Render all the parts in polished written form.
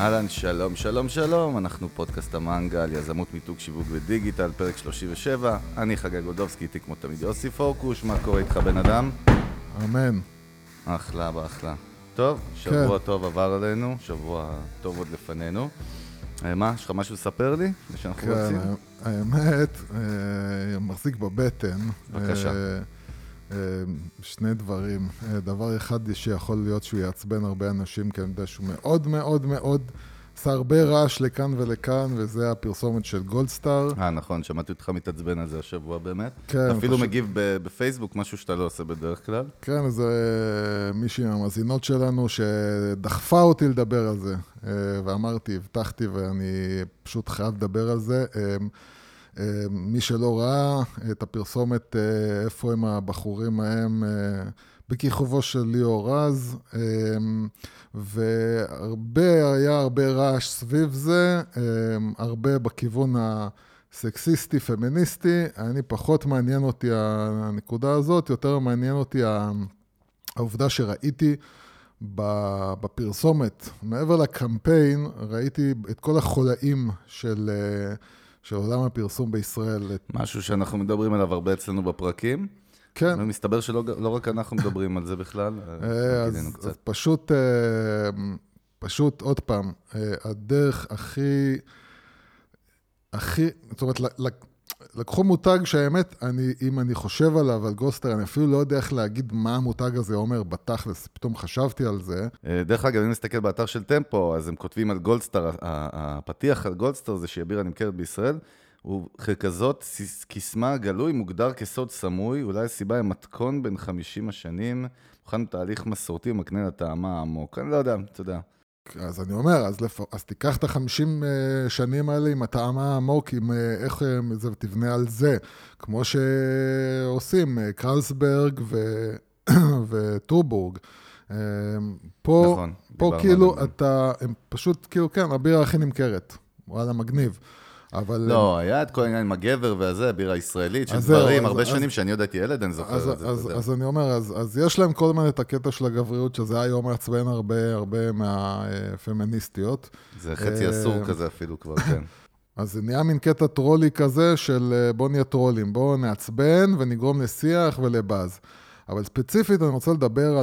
אהלן, שלום, שלום, שלום, אנחנו פודקאסט המנגה על יזמות מיתוג שיווק ודיגיטל, פרק 37, אני חגי גולדובסקי, איתי כמו תמיד יוסי פורקוש, מה קורה איתך בן אדם? אמן. אחלה באחלה. טוב, שבוע טוב עבר עלינו, שבוע טוב עוד לפנינו. מה, יש לך משהו לספר לי? שאנחנו רוצים? האמת, מחזיק בבטן. בבקשה. שני דברים. דבר אחד שיכול להיות שהוא יעצבן הרבה אנשים, כי אני יודע שהוא מאוד מאוד מאוד עשה הרבה רעש לכאן ולכאן, וזה הפרסומת של גולדסטאר. נכון, שמעתי אותך מתעצבן על זה השבוע באמת. כן, אפילו מגיב בפייסבוק, משהו שאתה לא עושה בדרך כלל. כן, זה מישהי מהמאזינות שלנו שדחפה אותי לדבר על זה, ואמרתי, הבטחתי, ואני פשוט חייב לדבר על זה. מי שלא ראה את הפרסומת, איפה הם הבחורים ההם, בכיכובו של ליאור רז, היה הרבה רעש סביב זה, הרבה בכיוון הסקסיסטי, פמיניסטי. אני פחות מעניין אותי הנקודה הזאת, יותר מעניין אותי העובדה שראיתי בפרסומת. מעבר לקמפיין, ראיתי את כל החולאים של עולם הפרסום בישראל. משהו שאנחנו מדברים עליו הרבה אצלנו בפרקים. כן. ומסתבר שלא רק אנחנו מדברים על זה בכלל. אז פשוט עוד פעם, הדרך הכי, זאת אומרת, לקחו מותג שהאמת, אם אני חושב עליו, על גולדסטאר, אני אפילו לא יודע איך להגיד מה המותג הזה אומר בתכלס, פתאום חשבתי על זה. דרך אגב, אם נסתכל באתר של טמפו, אז הם כותבים על גולדסטאר, הפתיח על גולדסטאר זה שהיא בירה נמכרת בישראל, הוא כזאת קיסמה גלוי, מוגדר כסוד סמוי, אולי הסיבה היא מתכון בין 50 השנים, מוכן תהליך מסורתי ומקנה לטעמה עמוק. אני לא יודע, אתה יודע. אז אני אומר, אז תיקח את ה-50 שנים האלה עם הטעמה העמוק, עם איך זה תבנה על זה, כמו שעושים קרלסברג וטורבורג. פה כאילו הם פשוט כאילו כן, הבירה הכי נמכרת, וואלה מגניב. לא, היה את כל העניין עם הגבר והזה, הבירה ישראלית, של דברים, הרבה שנים שאני יודעתי ילד, אני זוכר את זה. אז אני אומר, אז יש להם כל הזמן את הקטע של הגבריות, שזה היום מעצבן הרבה מהפמיניסטיות. זה חצי אסור כזה אפילו כבר, כן. אז זה נהיה מין קטע טרולי כזה של בוא נהיה טרולים, בוא נעצבן ונגרום לשיח ולבאז. אבל ספציפית אני רוצה לדבר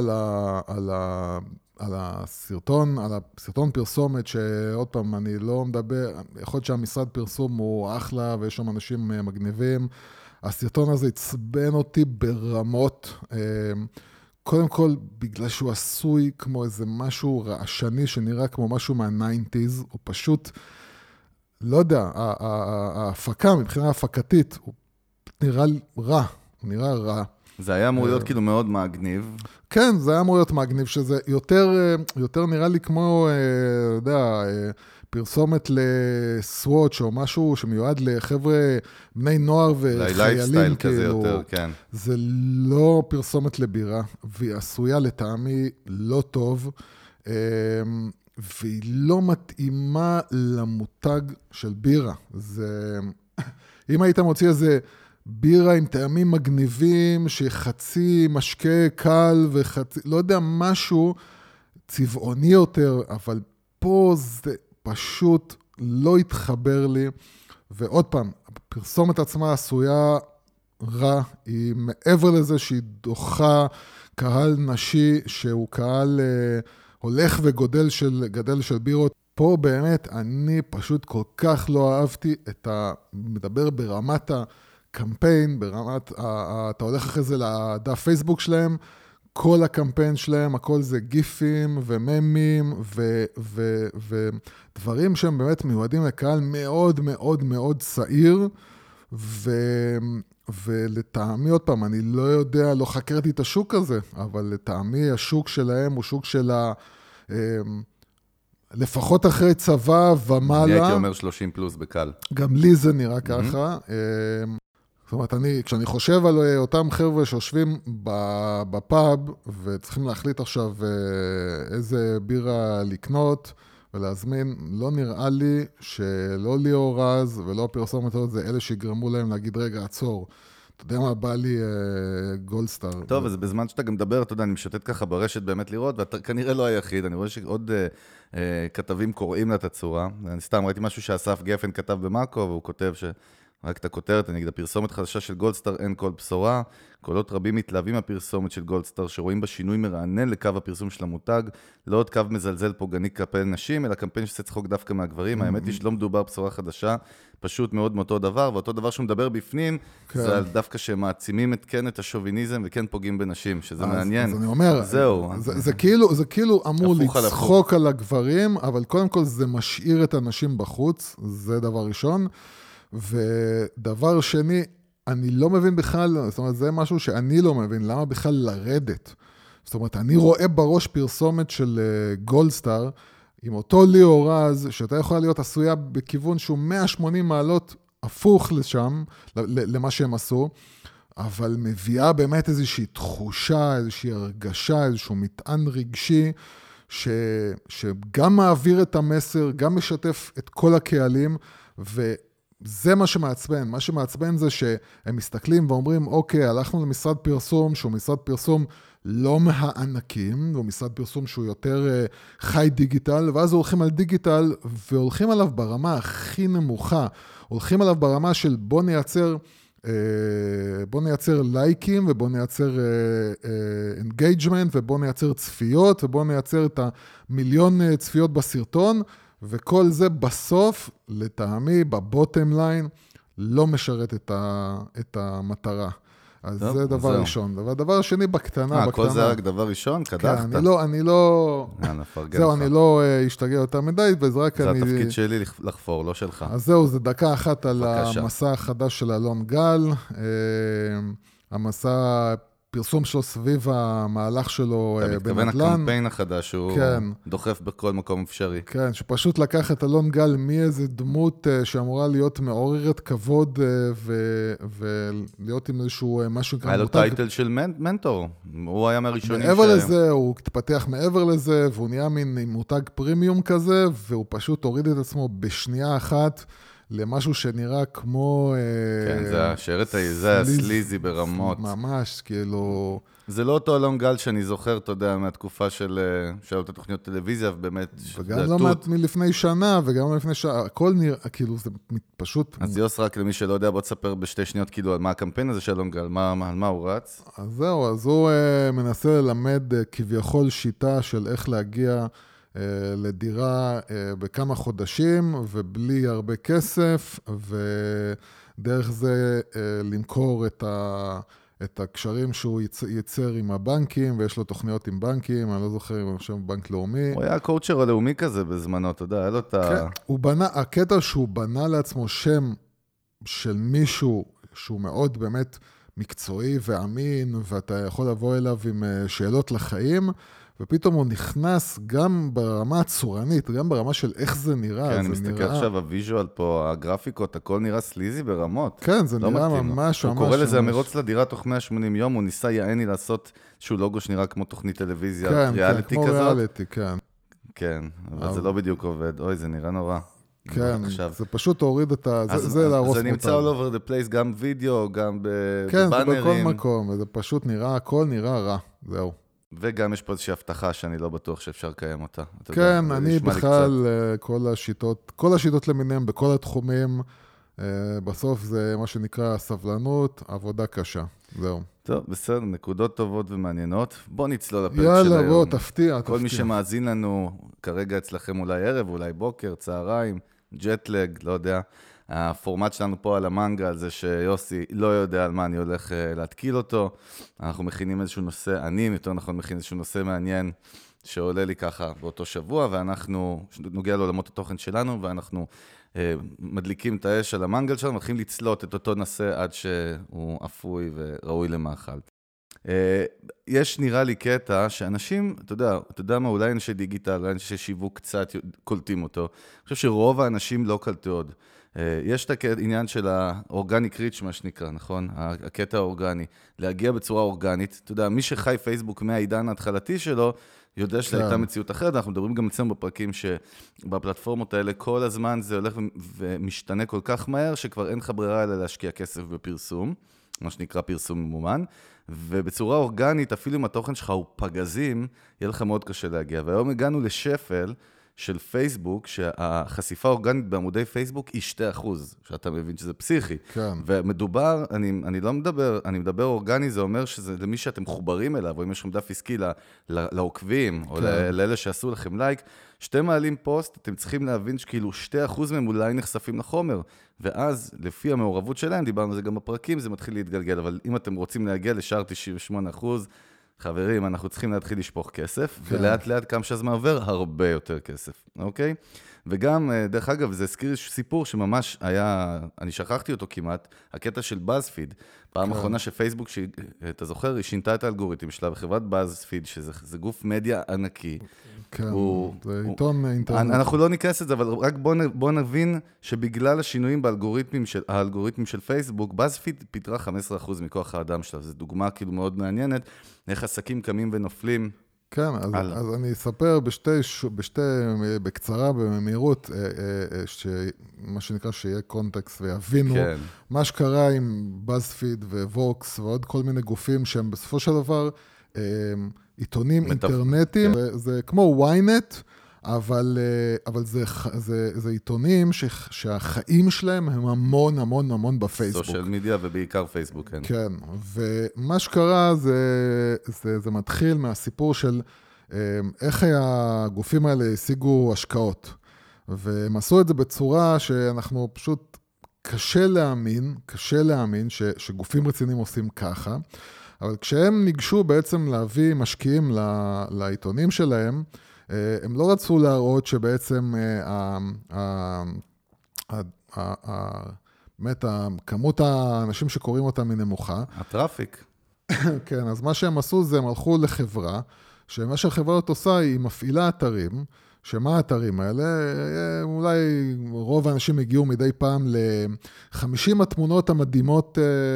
על הסרטון פרסומת, שעוד פעם, אני לא מדבר, יכול להיות שהמשרד פרסום הוא אחלה, ויש שם אנשים מגניבים. הסרטון הזה הצבן אותי ברמות, קודם כל, בגלל שהוא עשוי כמו איזה משהו רעשני, שנראה כמו משהו מה-90s, הוא פשוט, לא יודע, ההפקה, מבחינה הפקתית, הוא נראה רע, הוא נראה רע. זה היה אמור להיות כאילו מאוד מגניב. כן, זה היה אמור להיות מגניב, שזה יותר נראה לי כמו, יודע, פרסומת לסוואץ' או משהו שמיועד לחבר'ה בני נוער וחיילים. לייפסטייל כזה יותר, כן. זה לא פרסומת לבירה, והיא עשויה לטעמי לא טוב, והיא לא מתאימה למותג של בירה. אם היית מוציא איזה בירה עם טעמים מגניבים, שחצי משקה קל וחצי, לא יודע, משהו צבעוני יותר, אבל פה זה פשוט לא התחבר לי. ועוד פעם, הפרסומת עצמה עשויה רע, היא מעבר לזה שהיא דוחה קהל נשי, שהוא קהל הולך וגדל של בירות. פה באמת אני פשוט כל כך לא אהבתי מדבר ברמת קמפיין, ברמת, אתה הולך אחרי זה לדף פייסבוק שלהם, כל הקמפיין שלהם, הכל זה גיפים וממים ודברים שהם באמת מיועדים לקהל מאוד מאוד מאוד צעיר, ולטעמי עוד פעם, אני לא יודע, לא חקרתי את השוק הזה, אבל לטעמי השוק שלהם הוא שוק של לפחות אחרי צבא ומעלה. אני הייתי אומר 30 פלוס בקל. גם לי זה נראה ככה. זאת אומרת, כשאני חושב על אותם חבר'ה שיושבים בפאב, וצריכים להחליט עכשיו איזה בירה לקנות ולהזמין, לא נראה לי שלא ליאור רז ולא פרסומת הזאת, זה אלה שיגרמו להם להגיד, רגע, עצור, אתה יודע מה, בא לי גולדסטאר. טוב, אז בזמן שאתה גם מדבר, אתה יודע, אני משוטט ככה ברשת באמת לראות, ואתה כנראה לא היחיד, אני רואה שעוד כתבים קוראים לה את הצורה. אני סתם ראיתי משהו שאסף גפן כתב במאקו, והוא כותב רק את הכותרת, אני אגיד, הפרסומת חדשה של גולדסטאר אין כל בשורה, קולות רבים מתלהבים מהפרסומת של גולדסטאר, שרואים בה שינוי מרענן לקו הפרסום של המותג, לא עוד קו מזלזל פוגעני כלפי נשים, אלא קמפיין שעושה צחוק דווקא מהגברים, האמת היא שלא מדובר בשורה חדשה, פשוט מאוד מאותו דבר, ואותו דבר שהוא מדבר בפנים, זה על דווקא שמעצימים את השוביניזם וכן פוגעים בנשים, שזה מעניין. אז אני אומר, זהו. זה כאילו אמור לצחוק על הגברים, אבל קודם כל זה משאיר את הנשים בחוץ, זה דבר ראשון. ודבר שני, אני לא מבין בכלל, זאת אומרת, זה משהו שאני לא מבין, למה בכלל לרדת? זאת אומרת, אני רואה בראש פרסומת של גולדסטאר, עם אותו ליאור רז, שאתה יכולה להיות עשויה בכיוון שהוא 180 מעלות הפוך לשם, למה שהם עשו, אבל מביאה באמת איזושהי תחושה, איזושהי הרגשה, איזשהו מטען רגשי, שגם מעביר את המסר, גם משתף את כל הקהלים, זה מה שמעצבן. מה שמעצבן זה שהם מסתכלים ואומרים, אוקיי, הלכנו למשרד פרסום, שהוא משרד פרסום לא מהענקים, הוא משרד פרסום שהוא יותר חי דיגיטל, ואז הולכים על דיגיטל, והולכים עליו ברמה הכי נמוכה. הולכים עליו ברמה של בוא נייצר לייקים, ובוא נייצר אינגייג'מנט, ובוא נייצר צפיות, ובוא נייצר את המיליון צפיות בסרטון, וכל זה בסוף, לטעמי, בבוטם ליין, לא משרת את המטרה. אז זה דבר ראשון. והדבר השני בקטנה. כל זה רק דבר ראשון? קדחת? כן, אני לא... זהו, אני לא אשתגע יותר מדי, וזה רק אני... זה התפקיד שלי לחפור, לא שלך. אז זהו, זה דקה אחת על המסע החדש של אלון גל. המסע... פרסום שלו סביב המהלך שלו בנדל"ן. אתה מתכוון הקמפיין החדש, שהוא דוחף בכל מקום אפשרי. כן, שפשוט לקח את אלון גל מאיזה דמות שאמורה להיות מעוררת כבוד ולהיות עם איזשהו משהו היה לו טייטל של מנטור, הוא היה מהראשונים מעבר לזה, הוא התפתח מעבר לזה, והוא נהיה מין מותג פרימיום כזה, והוא פשוט הוריד את עצמו בשנייה אחת, למשהו שנראה כמו... כן, זה השארת, זה הסליזי ברמות. ממש, כאילו... זה לא אותו אלון גל שאני זוכר, אתה יודע, מהתקופה של אותה תוכניות טלוויזיה, ובאמת... וגם לא מלפני שנה, וגם לפני שעה, הכל נראה, כאילו, זה פשוט... אז יוס, רק למי שלא יודע, בוא תספר בשתי שניות, כאילו, על מה הקמפיין הזה של אלון גל, על מה הוא רץ? אז זהו, אז הוא מנסה ללמד כביכול שיטה של איך להגיע... לדירה בכמה חודשים ובלי הרבה כסף, ודרך זה למכור את הקשרים שהוא ייצר עם הבנקים, ויש לו תוכניות עם בנקים, אני לא זוכר אם עכשיו בנק לאומי. הוא היה קואוצ'ר הלאומי כזה בזמנו, אתה יודע, היה לו את ה... כן, הוא בנה, הקטע שהוא בנה לעצמו שם של מישהו שהוא מאוד באמת מקצועי ואמין, ואתה יכול לבוא אליו עם שאלות לחיים, ופתאום הוא נכנס גם ברמה הצורנית, גם ברמה של איך זה נראה. כן, אני מסתכל עכשיו, הוויז'ואל פה, הגרפיקות, הכל נראה סליזי ברמות. כן, זה נראה ממש. הוא קורא לזה המרוץ לדירה תוך 180 יום, הוא ניסה יעני לעשות שהוא לוגו שנראה כמו תוכנית טלוויזיה, ריאליטי כזאת. כן, כמו ריאליטי, כן. כן, אבל זה לא בדיוק עובד. אוי, זה נראה נורא. כן, זה פשוט הוריד את ה... זה להרוס מותג. זה נמצא all over the place, גם וידאו, גם בבאנרים. כן, זה בכל מקום, וזה פשוט נראה, הכל נראה רע, זהו. וגם יש פה איזושהי הבטחה שאני לא בטוח שאפשר לקיים אותה. כן, אני בכלל, כל השיטות למיניהם, בכל התחומים, בסוף זה מה שנקרא סבלנות, עבודה קשה, זהו. טוב, בסדר, נקודות טובות ומעניינות. בוא נצלול לפרק של היום. יאללה, בוא, תפתיע. כל מי שמאזין לנו, כרגע אצלכם אולי ערב, אולי בוקר, צהריים, ג'טלג, לא יודע. הפורמט שלנו פה על המנגל זה שיוסי לא יודע על מה אני הולך להתקיל אותו. אנחנו מכינים איזשהו נושא, אני יותר נכון מכין איזשהו נושא מעניין שעולה לי ככה באותו שבוע, ואנחנו נוגע לעולמות התוכן שלנו, ואנחנו מדליקים את האש על המנגל שלנו, מתחילים לצלות את אותו נושא עד שהוא אפוי וראוי למאכל. יש נראה לי קטע שאנשים, אתה יודע מה, אולי אנשי דיגיטל, אולי אנשי שיווק קצת קולטים אותו. אני חושב שרוב האנשים לא קלטו עוד. יש את העניין של האורגניק ריץ', מה שנקרא, נכון? הקטע האורגני. להגיע בצורה אורגנית. אתה יודע, מי שחי פייסבוק מהעידן ההתחלתי שלו, יודע שהייתה מציאות אחרת. אנחנו מדברים גם אצלנו בפרקים שבפלטפורמות האלה כל הזמן זה הולך ומשתנה כל כך מהר, שכבר אין לך ברירה אלא להשקיע כסף בפרסום. מה שנקרא פרסום ממומן, ובצורה אורגנית, אפילו אם התוכן שלך הוא פגזים, יהיה לך מאוד קשה להגיע. והיום הגענו לשפל של פייסבוק, שהחשיפה האורגנית בעמודי פייסבוק היא 2%, שאתה מבין שזה פסיכי. כן. ומדובר, אני לא מדבר, אני מדבר אורגני, זה אומר שזה למי שאתם מחוברים אליו, או אם יש לכם דף עסקי לעוקבים, או לאלה שעשו לכם לייק, שאתם מעלים פוסט, אתם צריכים להבין שכאילו 2% מהם אולי נחשפים לחומר, ואז לפי המעורבות שלהם, דיברנו על זה גם בפרקים, זה מתחיל להתגלגל, אבל אם אתם רוצים להגיע לשאר 98%, חברים, אנחנו צריכים להתחיל לשפוך כסף, ולאט לאט כמה שהזמן עובר, הרבה יותר כסף, אוקיי? וגם, דרך אגב, זה הזכיר סיפור שממש היה, אני שכחתי אותו כמעט, הקטע של BuzzFeed. פעם אחרונה שפייסבוק, אתה זוכר, היא שינתה את האלגוריתם שלה בחברת BuzzFeed, שזה גוף מדיה ענקי. כן, זה עיתון אינטרנט. אנחנו לא ניכנס את זה, אבל רק בוא נבין שבגלל השינויים באלגוריתמים של פייסבוק, BuzzFeed פיתרה 15% מכוח האדם שלה. זו דוגמה כאילו מאוד מעניינת, איך עסקים קמים ונופלים. כן, אז אני אספר בקצרה, במהירות, מה שנקרא שיהיה קונטקסט ויבינו מה שקרה עם BuzzFeed וווקס ועוד כל מיני גופים שהם בסופו של דבר עיתונים אינטרנטיים, זה כמו ynet, אבל זה עיתונים שהחיים שלהם הם המון המון המון בפייסבוק. סושיאל מדיה ובעיקר פייסבוק, כן. כן, ומה שקרה זה מתחיל מהסיפור של איך הגופים האלה השיגו השקעות. והם עשו את זה בצורה שאנחנו פשוט קשה להאמין שגופים רציניים עושים ככה, אבל כשהם ניגשו בעצם להביא משקיעים לעיתונים שלהם, הם לא רצו להראות שבעצם באמת כמות האנשים שקוראים אותם היא נמוכה. הטראפיק. כן, אז מה שהם עשו זה הם הלכו לחברה, שמה שהחברה עושה היא מפעילה אתרים, שמה האתרים האלה? אולי רוב האנשים הגיעו מדי פעם ל-50 התמונות המדהימות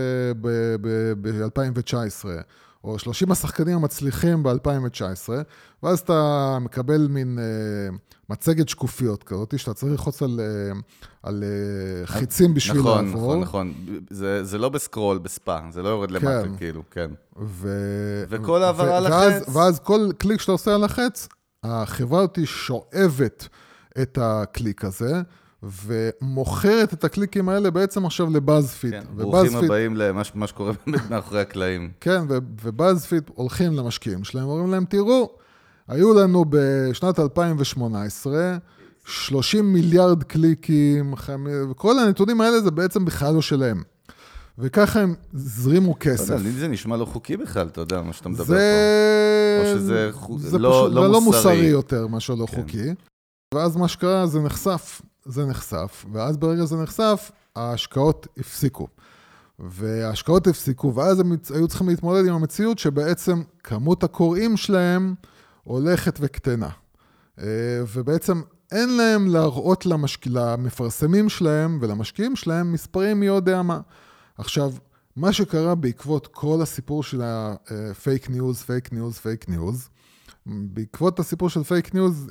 ב-2019, או 30 השחקנים המצליחים ב-2019, ואז אתה מקבל מין מצגת שקופיות כזאת, שאתה צריך לחוץ על חיצים בשביל לעבור. נכון. זה לא בסקרול, בספה, זה לא יורד למטה, כאילו, כן. וכל העברה על החץ. ואז כל קליק שאתה עושה על החץ, החברה אותי שואבת את הקליק הזה, ומוכרת את הקליקים האלה בעצם עכשיו לבאזפיד. כן, ברוכים הבאים למה שקורה באמת מאחורי הקלעים. כן, ובאזפיד הולכים למשקיעים שלהם, אומרים להם, תראו, היו לנו בשנת 2018, 30 מיליארד קליקים, וכל הנתונים האלה זה בעצם בכלל לא שלהם. וככה הם זרימו כסף. לי זה נשמע לא חוקי בכלל, אתה יודע, מה שאתה מדבר פה. או שזה לא מוסרי יותר, מה שלא חוקי. ואז מה שקרה, זה נחשף, ואז ברגע זה נחשף, ההשקעות הפסיקו. וההשקעות הפסיקו, ואז הם היו צריכים להתמודד עם המציאות שבעצם כמות הקוראים שלהם הולכת וקטנה. ובעצם אין להם להראות למפרסמים שלהם ולמשקיעים שלהם מספרים מי יודע מה. עכשיו, מה שקרה בעקבות כל הסיפור של הפייק ניוז, בעקבות הסיפור של פייק ניוז,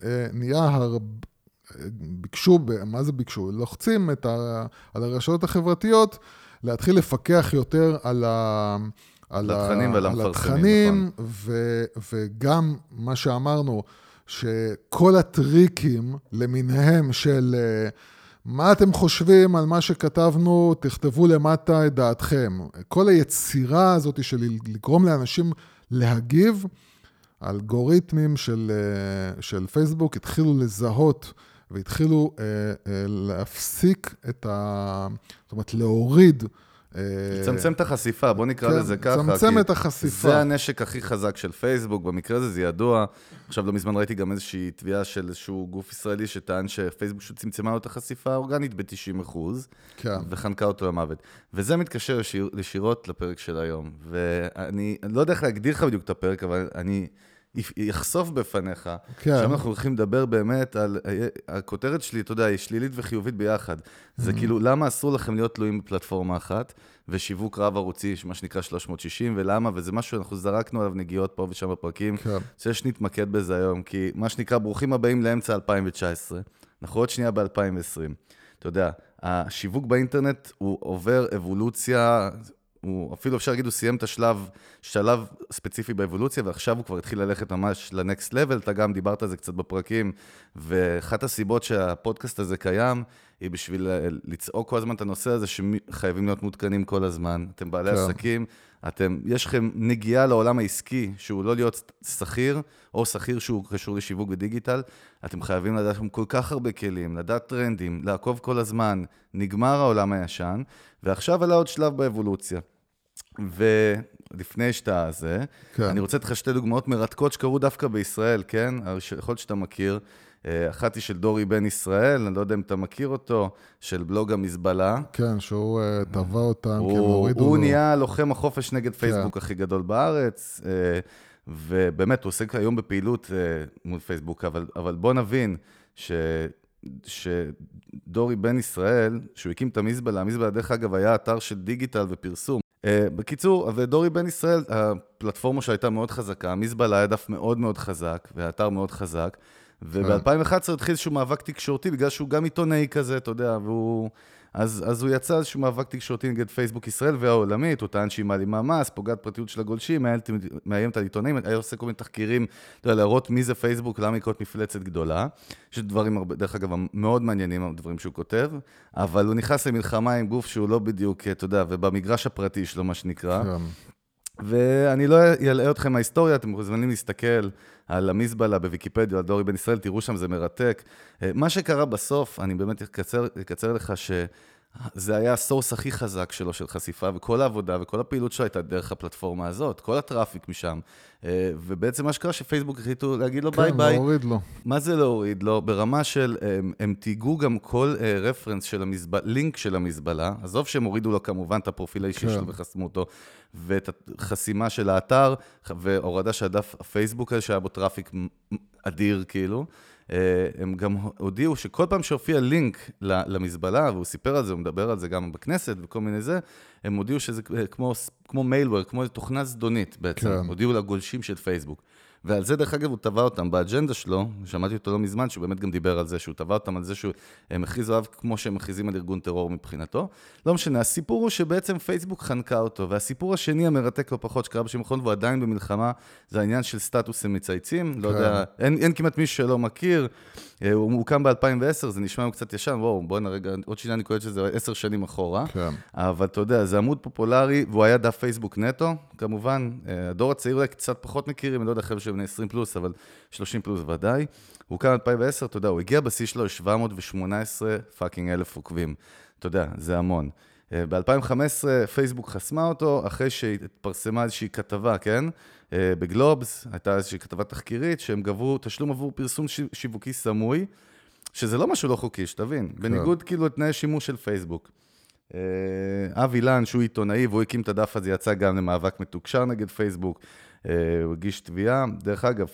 מה זה ביקשו? לוחצים על הרשתות החברתיות, להתחיל לפקח יותר על התכנים, וגם מה שאמרנו, שכל הטריקים למיניהם של מה אתם חושבים על מה שכתבנו, תכתבו למטה את דעתכם. כל היצירה הזאת של לגרום לאנשים להגיב, האלגוריתמים של פייסבוק התחילו לזהות, והתחילו להפסיק זאת אומרת, להוריד. לצמצם את החשיפה, בוא נקרא לזה ככה. לצמצם את החשיפה. זה הנשק הכי חזק של פייסבוק, במקרה הזה זה ידוע. עכשיו לא מזמן ראיתי גם איזושהי תביעה של איזשהו גוף ישראלי שטען שפייסבוק צמצמה לו את החשיפה האורגנית ב-90%, וחנקה אותו למוות. וזה מתקשר ישירות לפרק של היום. ואני לא יודע איך להגדיר לך בדיוק את הפרק, אבל אני יחשוף בפניך, שם אנחנו הולכים לדבר באמת על, הכותרת שלי, אתה יודע, היא שלילית וחיובית ביחד. זה כאילו, למה אסור לכם להיות תלויים בפלטפורמה אחת, ושיווק רב ערוצי, מה שנקרא 360, ולמה, וזה משהו, אנחנו זרקנו עליו נגיעות פה ושם בפרקים, זה שנתמקד בזה היום, כי מה שנקרא, ברוכים הבאים לאמצע 2019, אנחנו עוד שנייה ב-2020. אתה יודע, השיווק באינטרנט הוא עובר אבולוציה הוא אפילו אפשר להגיד, הוא סיים את שלב ספציפי באבולוציה, ועכשיו הוא כבר התחיל ללכת ממש לנקסט לבל, אתה גם דיברת על זה קצת בפרקים, ואחת הסיבות שהפודקאסט הזה קיים, היא בשביל לצעוק כל הזמן את הנושא הזה, שחייבים להיות מותקנים כל הזמן. אתם בעלי עסקים, יש לכם נגיעה לעולם העסקי, שהוא לא להיות שכיר, או שכיר שהוא קשור לשיווק ודיגיטל, אתם חייבים לדעת כל כך הרבה כלים, לדעת טרנדים, לעקוב כל הזמן, נגמר העולם הישן, ועכשיו עלה עוד שלב באבולוציה. ולפני שאתה זה, אני רוצה לתת לך שתי דוגמאות מרתקות שקרו דווקא בישראל, כן? יכול להיות שאתה מכיר, אחת היא של דורי בן ישראל, אני לא יודע אם אתה מכיר אותו, של בלוג המזבלה. כן, שהוא טבע אותם, כי הם הורידו לו. הוא נהיה לוחם החופש נגד פייסבוק הכי גדול בארץ, ובאמת הוא עוסק היום בפעילות מול פייסבוק, אבל בוא נבין שדורי בן ישראל, שהוא הקים את המזבלה, המזבלה דרך אגב היה אתר של דיגיטל ופרסום. בקיצור, ודורי בן ישראל, הפלטפורמה שהייתה מאוד חזקה, המזבלה היה דף מאוד מאוד חזק, והאתר מאוד חזק, וב-2011 התחיל איזשהו מאבק תקשורתי, בגלל שהוא גם עיתונאי כזה, אתה יודע, אז הוא יצא איזשהו מאבק תקשורתי נגד פייסבוק ישראל והעולמית, הוא טען שהיא מעלימה מס, פוגעת פרטיות של הגולשים, מאיימת על עיתונאים, היה עושה כל מיני תחקירים, אתה יודע, להראות מי זה פייסבוק, למה יקרות מפלצת גדולה, יש דברים, דרך אגב, מאוד מעניינים, הדברים שהוא כותב, אבל הוא נכנס למלחמה עם גוף שהוא לא בדיוק, אתה יודע, ובמגרש הפרטי שלו, מה שנקרא, ואני לא אלאה אתכם מההיסטוריה, אתם מוזמנים להסתכל על המזבלה בוויקיפדיה, על דורי בן ישראל, תראו שם, זה מרתק. מה שקרה בסוף, אני באמת אקצר לך שזה היה הסורס הכי חזק שלו של חשיפה, וכל העבודה וכל הפעילות שלו הייתה דרך הפלטפורמה הזאת, כל הטראפיק משם. ובעצם מה שקרה שפייסבוק החליטו להגיד לו ביי ביי. כן, להוריד לו. מה זה להוריד לו? ברמה של, הם תיגעו גם כל רפרנס של המזבלה, לינק של המזבלה, עזוב שהם הורידו לו כמובן את הפרופיל האישי שלו וחסמו אותו, ואת החסימה של האתר, והורדה של הדף הפייסבוק הזה, שהיה בו טראפיק אדיר כאילו, הם גם הודיעו שכל פעם שהופיע לינק למזבלה, והוא סיפר על זה, הוא מדבר על זה גם בכנסת וכל מיני זה, הם הודיעו שזה כמו מיילוור, כמו תוכנה זדונית בעצם, הודיעו לגולשים של פייסבוק. ועל זה דרך אגב הוא טבע אותם באג'נדה שלו, שמעתי אותו לא מזמן, שהוא באמת גם דיבר על זה, שהוא טבע אותם על זה שהם הכריזו עליו כמו שהם מכריזים על ארגון טרור מבחינתו. לא משנה, הסיפור הוא שבעצם פייסבוק חנקה אותו, והסיפור השני המרתק לא פחות שקרה בשם האחרון, והוא עדיין במלחמה, זה העניין של סטטוס מצייצים, לא יודע, אין כמעט מישהו שלא מכיר, הוא הוקם ב-2010, זה נשמע קצת ישן, בוא נרגע, עוד שנייה אני קוראת שזה 10 שנים אחורה, אבל אתה יודע, זה עמוד פופולרי, והוא היה דף פייסבוק נטו, כמובן, הדור הצעיר אולי קצת פחות מכירים, אני לא יודע אחרי שבני 20 פלוס, אבל 30 פלוס ודאי. הוא קם ב-2010, אתה יודע, הוא הגיע בשיא שלו ל-718 פאקינג אלף עוקבים. אתה יודע, זה המון. ב-2015 פייסבוק חסמה אותו, אחרי שהתפרסמה איזושהי כתבה, כן? בגלובס, הייתה איזושהי כתבה תחקירית, שהם גבו תשלום עבור פרסום שיווקי סמוי, שזה לא משהו לא חוקי, שתבין. בניגוד כאילו לתנאי שימוש של פייסבוק. אבי לן, שהוא עיתונאי, והוא הקים את הדף הזה, יצא גם למאבק מתוקשר נגד פייסבוק, הוא הגיש תביעה. דרך אגב,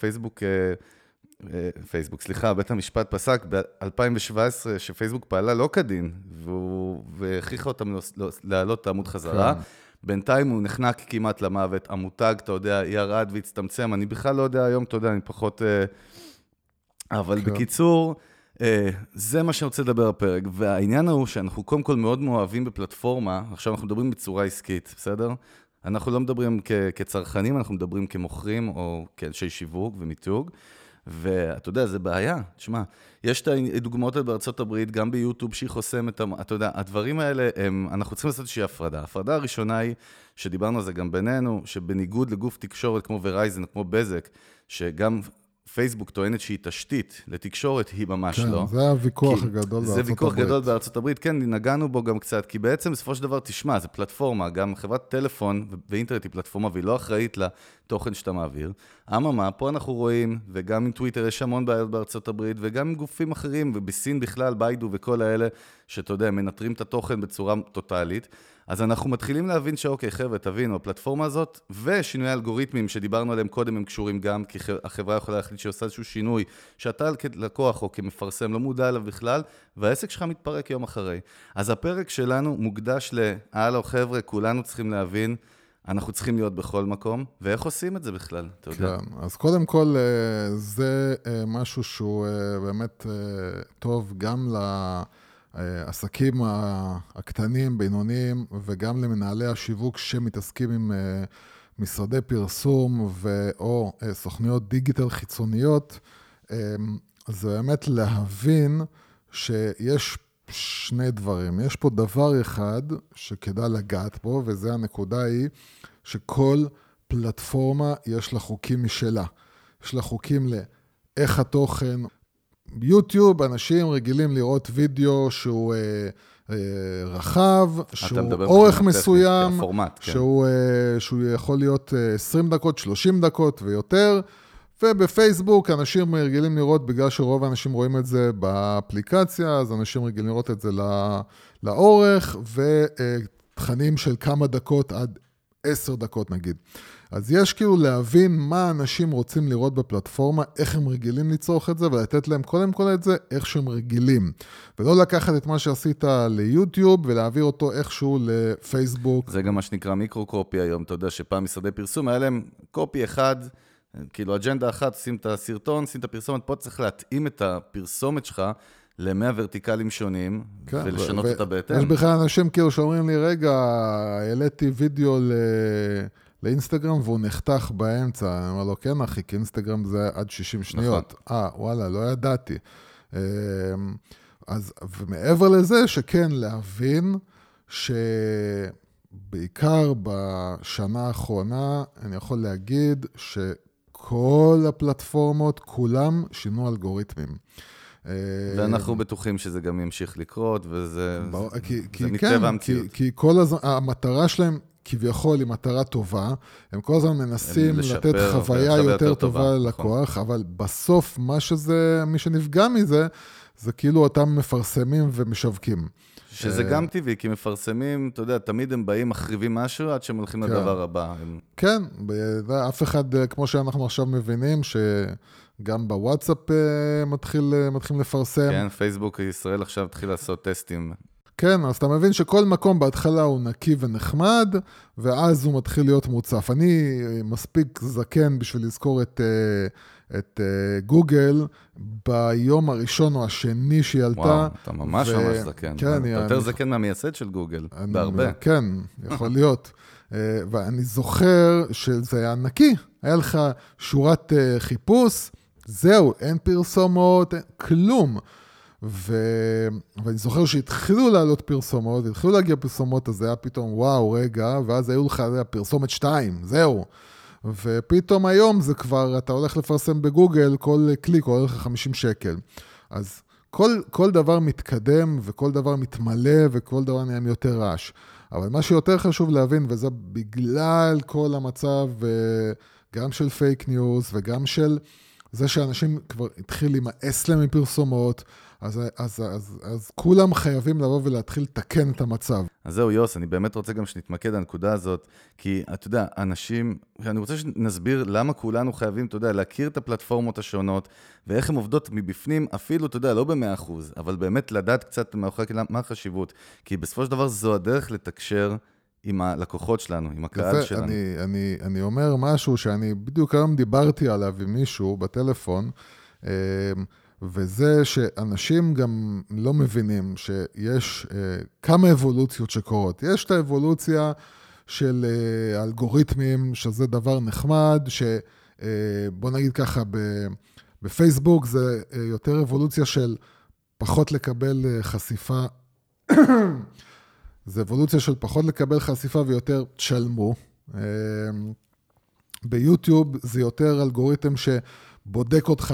סליחה, בית המשפט פסק ב-2017 שפייסבוק פעלה לא כדין, והכריחה אותם להעלות את העמוד חזרה. בינתיים הוא נחנק כמעט למוות, המותג, אתה יודע, ירד והצטמצם, אני בכלל לא יודע היום, אתה יודע, אני פחות... אבל בקיצור... זה מה שאני רוצה לדבר בפרק, והעניין הוא שאנחנו קודם כל מאוד מאוהבים בפלטפורמה, עכשיו אנחנו מדברים בצורה עסקית, בסדר? אנחנו לא מדברים כצרכנים, אנחנו מדברים כמוכרים או כאנשי שיווק ומיתוג, ואתה יודע, זה בעיה, תשמע, יש את הדוגמאות בארצות הברית, גם ביוטיוב שהיא חוסמת, אתה יודע, הדברים האלה, אנחנו צריכים לעשות איזושהי הפרדה. ההפרדה הראשונה היא, שדיברנו על זה גם בינינו, שבניגוד לגוף תקשורת כמו ורייזן, כמו בזק, שגם... פייסבוק טוענת שהיא תשתית לתקשורת, היא ממש לא. כן, זה הוויכוח הגדול בארצות הברית. זה ויכוח גדול בארצות הברית, כן, נגענו בו גם קצת, כי בעצם בסופו של דבר, תשמע, זה פלטפורמה, גם חברת טלפון ואינטרנט היא פלטפורמה, והיא לא אחראית לתוכן שאתה מעביר. אממה, פה אנחנו רואים, וגם עם טוויטר יש המון בעיות בארצות הברית, וגם עם גופים אחרים, ובסין בכלל, ביידו וכל האלה, שאתה יודע, מנטרים את התוכן בצורה טוטלית. אז אנחנו מתחילים להבין שאוקיי, חבר'ה, תבינו, הפלטפורמה הזאת ושינוי האלגוריתמים שדיברנו עליהם קודם הם קשורים גם, כי החברה יכולה להחליט שעושה איזשהו שינוי, שאתה כלקוח או כמפרסם לא מודע אליו בכלל, והעסק שלך מתפרק יום אחרי. אז הפרק שלנו מוקדש הלו, חבר'ה, כולנו צריכים להבין, אנחנו צריכים להיות בכל מקום, ואיך עושים את זה בכלל, אתה יודע? כן, אז קודם כל, זה משהו שהוא באמת טוב גם העסקים הקטנים, בינוניים, וגם למנהלי השיווק שמתעסקים עם משרדי פרסום או סוכניות דיגיטל חיצוניות, זה באמת להבין שיש שני דברים. יש פה דבר אחד שכדאי לגעת בו, וזה הנקודה היא שכל פלטפורמה יש לה חוקים משלה. יש לה חוקים לאיך התוכן. ביוטיוב אנשים רגילים לראות וידאו שהוא רחב, שהוא אורך מסוים, הפורמט, כן. שהוא יכול להיות 20 דקות, 30 דקות ויותר, ובפייסבוק אנשים רגילים לראות, בגלל שרוב האנשים רואים את זה באפליקציה, אז אנשים רגילים לראות את זה לאורך, ותכנים של כמה דקות עד 10 דקות נגיד. אז יש כאילו להבין מה אנשים רוצים לראות בפלטפורמה, איך הם רגילים לצרוך את זה, ולתת להם קודם כל את זה, איך שהם רגילים. ולא לקחת את מה שעשית ליוטיוב, ולהעביר אותו איכשהו לפייסבוק. זה גם מה שנקרא מיקרו-קופי היום, אתה יודע שפעם משרדי פרסום, היה להם קופי אחד, כאילו אג'נדה אחת, שים את הסרטון, שים את הפרסומת, פה צריך להתאים את הפרסומת שלך, ל100 ורטיקלים שונים, כן, ולשנות אותה בהתאם. יש בכלל אנשים כאילו שאומרים לי, רגע, העליתי וידאו לאינסטגרם, והוא נחתך באמצע. אני אומר לו, כן אחי, כי אינסטגרם זה עד 60 שניות. וואלה, לא ידעתי. אז, ומעבר לזה, שכן להבין, שבעיקר בשנה האחרונה, אני יכול להגיד שכל הפלטפורמות, כולם שינו אלגוריתמים. ואנחנו בטוחים שזה גם ימשיך לקרות, וזה מטבע המציאות. כי המטרה שלהם כביכול היא מטרה טובה, הם כל הזמן מנסים לתת חוויה יותר טובה ללקוח, אבל בסוף מי שנפגע מזה, זה כאילו אותם מפרסמים ומשווקים. שזה גם טבעי, כי מפרסמים, אתה יודע, תמיד הם באים, מחריבים משהו, עד שהם הולכים לדבר הבא. כן, אף אחד, כמו שאנחנו עכשיו מבינים, גם בוואטסאפ מתחילים לפרסם. כן, פייסבוק ישראל עכשיו התחיל לעשות טסטים. כן, אז אתה מבין שכל מקום בהתחלה הוא נקי ונחמד, ואז הוא מתחיל להיות מוצף. אני מספיק זקן בשביל לזכור את גוגל ביום הראשון או השני שהיא עלתה. וואו, אתה ממש זקן. כן, אתה יותר זקן מהמייסד של גוגל, בהרבה. כן, יכול להיות. ואני זוכר שזה היה נקי. היה לך שורת חיפוש, זהו, אין פרסומות, כלום. ואני זוכר שהתחילו לעלות פרסומות, התחילו להגיע פרסומות, אז זה היה פתאום, וואו, רגע, ואז היו לך פרסומת 2, זהו. ופתאום היום זה כבר, אתה הולך לפרסם בגוגל, כל קליק עולה לך 50 שקל. אז כל דבר מתקדם, וכל דבר מתמלא, וכל דבר נהיה יותר רעש. אבל מה שיותר חשוב להבין, וזה בגלל כל המצב, גם של פייק ניוז, וגם של זה שאנשים כבר התחיל להימאס להם מפרסומות, אז כולם חייבים לבוא ולהתחיל לתקן את המצב. אז זהו, יוס, אני באמת רוצה גם שנתמקד הנקודה הזאת, כי אתה יודע, אני רוצה שנסביר למה כולנו חייבים, אתה יודע, להכיר את הפלטפורמות השונות, ואיך הן עובדות מבפנים, אפילו, אתה יודע, לא ב100%, אבל באמת לדעת קצת מה החשיבות, כי בסופו של דבר זו הדרך לתקשר עם הלקוחות שלנו, עם הקהל שלנו. אני אומר משהו שאני בדיוק היום דיברתי עליו עם מישהו בטלפון, וזה שאנשים גם לא מבינים שיש כמה אבולוציות שקורות. יש את האבולוציה של אלגוריתמים, שזה דבר נחמד, שבוא נגיד ככה, בפייסבוק זה יותר אבולוציה של פחות לקבל חשיפה, זה אבולוציה של פחות לקבל חשיפה ויותר תשלמו. ביוטיוב זה יותר אלגוריתם שבודק אותך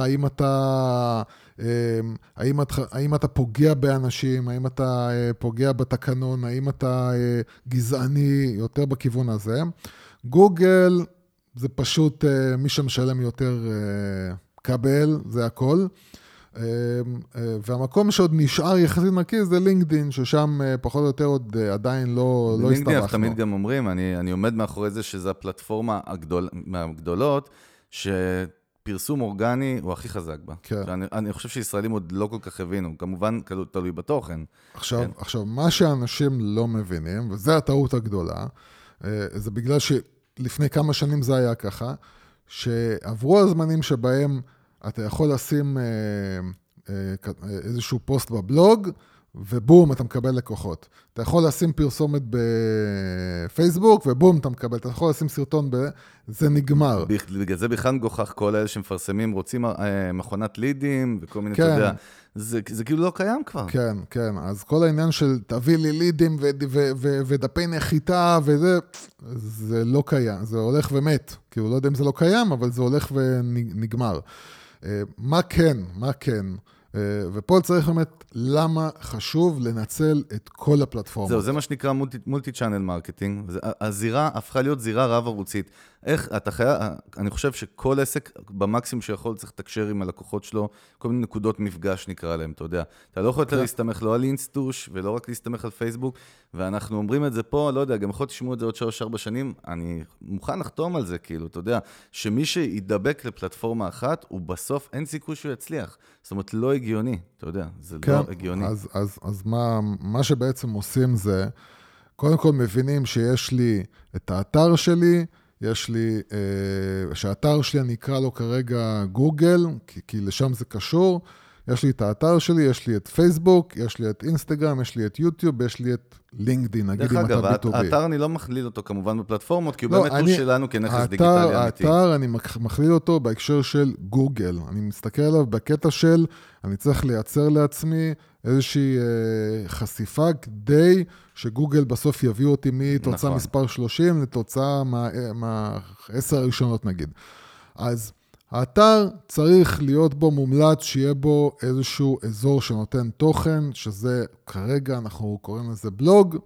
האם אתה פוגע באנשים, האם אתה פוגע בתקנון, האם אתה גזעני, יותר בכיוון הזה. גוגל זה פשוט מי שמשלם יותר קבל, זה הכל. והמקום שעוד נשאר יחסית נקי זה לינקדין, ששם פחות או יותר עוד עדיין לא הסתבכנו. לינקדין תמיד גם אומרים, אני עומד מאחורי זה שזו הפלטפורמה מהגדולות, שפרסום אורגני הוא הכי חזק בה. כן. אני חושב שישראלים עוד לא כל כך הבינו, כמובן תלוי בתוכן. עכשיו, מה שאנשים לא מבינים, וזה הטעות הגדולה, זה בגלל שלפני כמה שנים זה היה ככה, שעברו הזמנים שבהם אתה יכול לשים איזשהו פוסט בבלוג, ובום, אתה מקבל לקוחות. אתה יכול לשים פרסומת בפייסבוק, ובום, אתה מקבל. אתה יכול לשים סרטון זה נגמר. בגלל זה בכלל גוכח כל אלה שמפרסמים, רוצים מכונת לידים, וכל מיני, אתה יודע, זה כאילו לא קיים כבר. כן, כן. אז כל העניין של תביא לי לידים ודפי נחיתה וזה, זה לא קיים. זה הולך ומת. כאילו, לא יודע אם זה לא קיים, אבל זה הולך ונגמר. מה כן? ופה צריך באמת למה חשוב לנצל את כל הפלטפורמות. זה מה שנקרא מולטי-צ'אנל מרקטינג. הזירה הפכה להיות זירה רב-ערוצית. אני חושב שכל עסק במקסימום שיכול צריך לתקשר עם הלקוחות שלו, כל מיני נקודות מפגש נקרא להם, אתה יודע. אתה לא יכול יותר להסתמך לא על אינסטוש, ולא רק להסתמך על פייסבוק, ואנחנו אומרים את זה פה, לא יודע, גם יכול תשמעו את זה עוד 3-4 שנים, אני מוכן לחתום על זה, כאילו, אתה יודע, שמי שידבק לפלטפורמה אחת, הוא בסוף אין סיכוי שהוא יצליח. זאת אומרת, לא הגיוני, אתה יודע, זה לא הגיוני. אז מה שבעצם עושים זה, קודם כל מבינים שיש לי את האתר שלי, יש לי, שהאתר שלי אני אקרא לו כרגע גוגל, כי לשם זה קשור, יש לי את האתר שלי, יש לי את פייסבוק, יש לי את אינסטגרם, יש לי את יוטיוב, יש לי את לינקדין, נגיד אם אתה B2B. האתר אני לא מכליל אותו כמובן בפלטפורמות, כי הוא באמת הוא שלנו כנכס דיגיטלי אמיתי. האתר אני מכליל אותו בהקשר של גוגל. אני מסתכל עליו בקטע של, אני צריך לייצר לעצמי איזושהי חשיפה כדי שגוגל בסוף יביאו אותי מתוצאה מספר 30 לתוצאה מה-10 הראשונות נגיד. אז האתר צריך להיות בו מומלץ, שיהיה בו איזשהו אזור שנותן תוכן, שזה כרגע אנחנו קוראים לזה בלוג,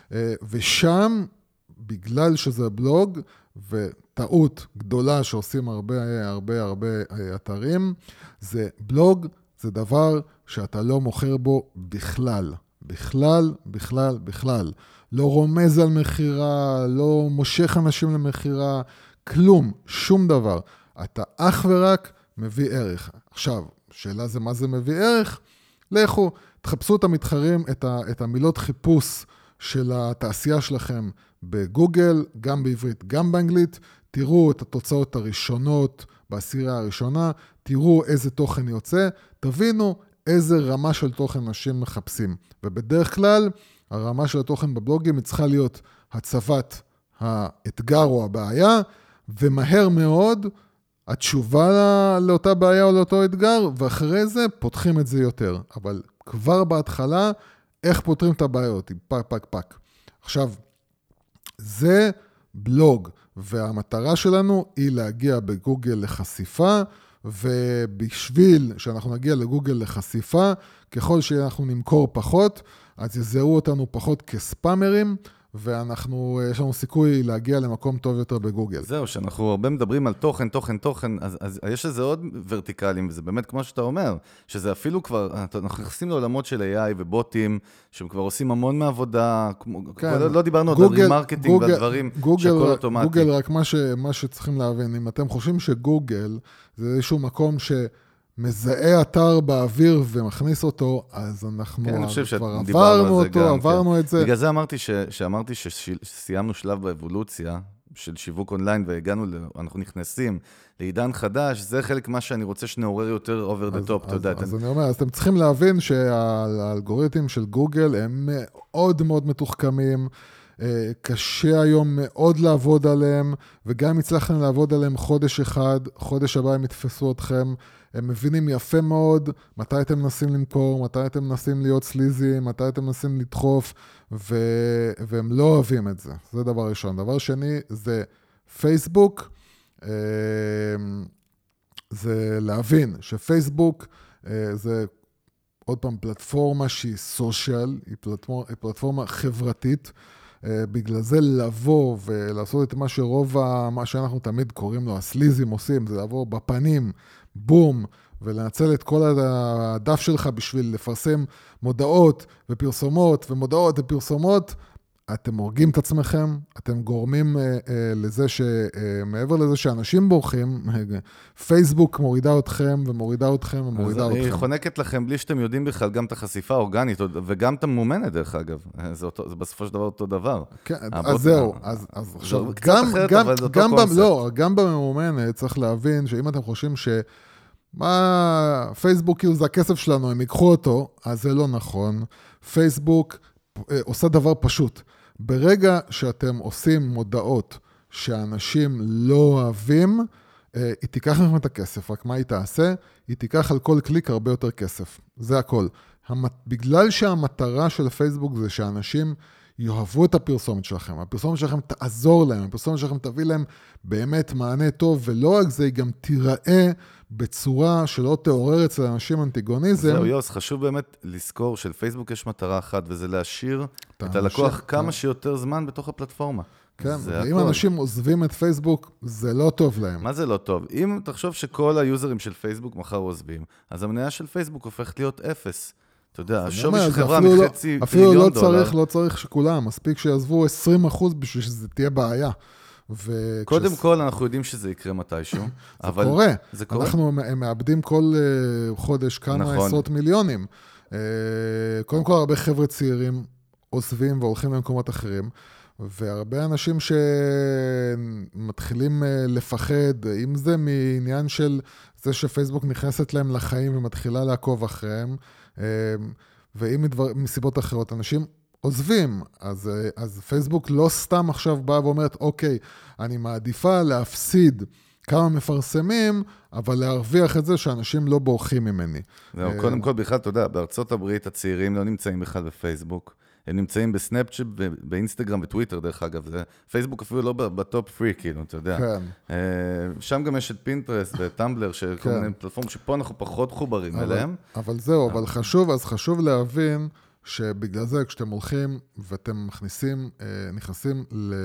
ושם, בגלל שזה בלוג, וטעות גדולה שעושים הרבה אתרים, זה בלוג, זה דבר שאתה לא מוכר בו בכלל. בכלל. לא רומז על מחירה, לא מושך אנשים למחירה, כלום, שום דבר. אתה אך ורק מביא ערך. עכשיו, שאלה זה מה זה מביא ערך? לכו, תחפשו את המתחרים, את המילות חיפוש של התעשייה שלכם בגוגל, גם בעברית, גם באנגלית, תראו את התוצאות הראשונות בעשירייה הראשונה, תראו איזה תוכן יוצא, תבינו איזה רמה של תוכן אנשים מחפשים. ובדרך כלל, הרמה של התוכן בבלוגים היא צריכה להיות הצבת האתגר או הבעיה, ומהר מאוד, התשובה לאותה בעיה או לאותו אתגר, ואחרי זה פותחים את זה יותר. אבל כבר בהתחלה, איך פותרים את הבעיות? עם פק. עכשיו, זה בלוג, והמטרה שלנו היא להגיע בגוגל לחשיפה, ובשביל שאנחנו נגיע לגוגל לחשיפה, ככל שאנחנו נמכור פחות, אז יזהרו אותנו פחות כספאמרים, יש לנו סיכוי להגיע למקום טוב יותר בגוגל. זהו, שאנחנו הרבה מדברים על תוכן, אז יש לזה עוד ורטיקלים, וזה באמת כמו שאתה אומר, שזה אפילו כבר, אנחנו נכנסים לעולמות של AI ובוטים, שהם כבר עושים המון מעבודה, לא דיברנו עוד על מרקטינג והדברים, שהכל אוטומטי. גוגל, רק מה שצריכים להבין, אם אתם חושבים שגוגל זה איזשהו מקום מזהה אתר באוויר ומכניס אותו, אז אנחנו כבר עברנו את זה. בגלל זה אמרתי שסיימנו שלב באבולוציה של שיווק אונליין, אנחנו נכנסים לעידן חדש, זה חלק מה שאני רוצה שנעורר יותר over the top, תודה. אז אני אומר, אז אתם צריכים להבין שהאלגוריתמים של גוגל הם מאוד מאוד מתוחכמים, קשה היום מאוד לעבוד עליהם, וגם אם הצלחתם לעבוד עליהם חודש אחד, חודש הבא הם יתפסו אתכם, הם מבינים יפה מאוד מתי אתם מנסים למכור, מתי אתם מנסים להיות סליזים, מתי אתם מנסים לדחוף, והם לא אוהבים את זה. זה דבר ראשון. דבר שני, זה פייסבוק, זה להבין שפייסבוק זה עוד פעם פלטפורמה שהיא סושיאל, היא פלטפורמה חברתית, בגלל זה לבוא ולעשות את מה שאנחנו תמיד קוראים לו, הסליזים עושים, זה לבוא בפנים, בום, ולנצל את כל הדף שלך בשביל לפרסם מודעות ופרסומות, ומודעות ופרסומות, אתם הורגים את עצמכם, אתם גורמים לזה שמעבר לזה שאנשים בורחים, פייסבוק מורידה אתכם ומורידה אתכם ומורידה אתכם. היא חונקת לכם בלי שאתם יודעים בכלל גם את החשיפה האורגנית, וגם את המומנת דרך אגב. זה בסופו של דבר אותו דבר. כן, אז זהו. אז עכשיו, גם במומנת צריך להבין שאם אתם חושבים מה, פייסבוק כאילו זה הכסף שלנו, הם ייקחו אותו, אז זה לא נכון. פייסבוק עושה דבר פשוט. ברגע שאתם עושים מודעות שאנשים לא אוהבים, היא תיקח לכם את הכסף, רק מה היא תעשה? היא תיקח על כל קליק הרבה יותר כסף. זה הכל. בגלל שהמטרה של פייסבוק זה שאנשים יאהבו את הפרסומת שלכם, הפרסומת שלכם תעזור להם, הפרסומת שלכם תביא להם באמת מענה טוב, ולא רק זה, היא גם תיראה בצורה שלא תעורר אצל אנשים אנטיגוניזם. זהו, יוס, חשוב באמת לזכור שלפייסבוק יש מטרה אחת, וזה להשאיר את הלקוח כמה שיותר זמן בתוך הפלטפורמה. כן, ואם אנשים עוזבים את פייסבוק, זה לא טוב להם. מה זה לא טוב? אם תחשוב שכל היוזרים של פייסבוק מחר עוזבים, אז המניה של פייסבוק הופכת להיות אפס. אתה יודע, השווי של חברה מחצי אפילו לא צריך שכולם, מספיק שיעזבו 20% בשביל שזה תהיה בעיה. קודם כל, אנחנו יודעים שזה יקרה מתישהו. זה קורה. אנחנו מאבדים כל חודש כמה עשרות מיליונים. קודם כל, הרבה חבר'ה צעירים עוזבים והולכים למקומות אחרים, והרבה אנשים שמתחילים לפחד, אם זה מעניין של זה שפייסבוק נכנסת להם לחיים ומתחילה לעקוב אחריהם, ואם מסיבות אחרות, אנשים עוזבים, אז פייסבוק לא סתם עכשיו באה ואומרת, אוקיי, אני מעדיפה להפסיד כמה מפרסמים, אבל להרוויח את זה שאנשים לא בורחים ממני. זהו, קודם כל בכלל, אתה יודע, בארצות הברית הצעירים לא נמצאים בכלל בפייסבוק, הם נמצאים בסנאפצ'אט, באינסטגרם וטוויטר, דרך אגב, פייסבוק אפילו לא בטופ פרי, כאילו, אתה יודע. כן. שם גם יש את פינטרסט וטמבלר, שכל מיני פלטפורמות שפה אנחנו פחות חוברים אליהם. אבל זהו, אבל חשוב להבין שבגלל זה כשאתם הולכים ואתם נכנסים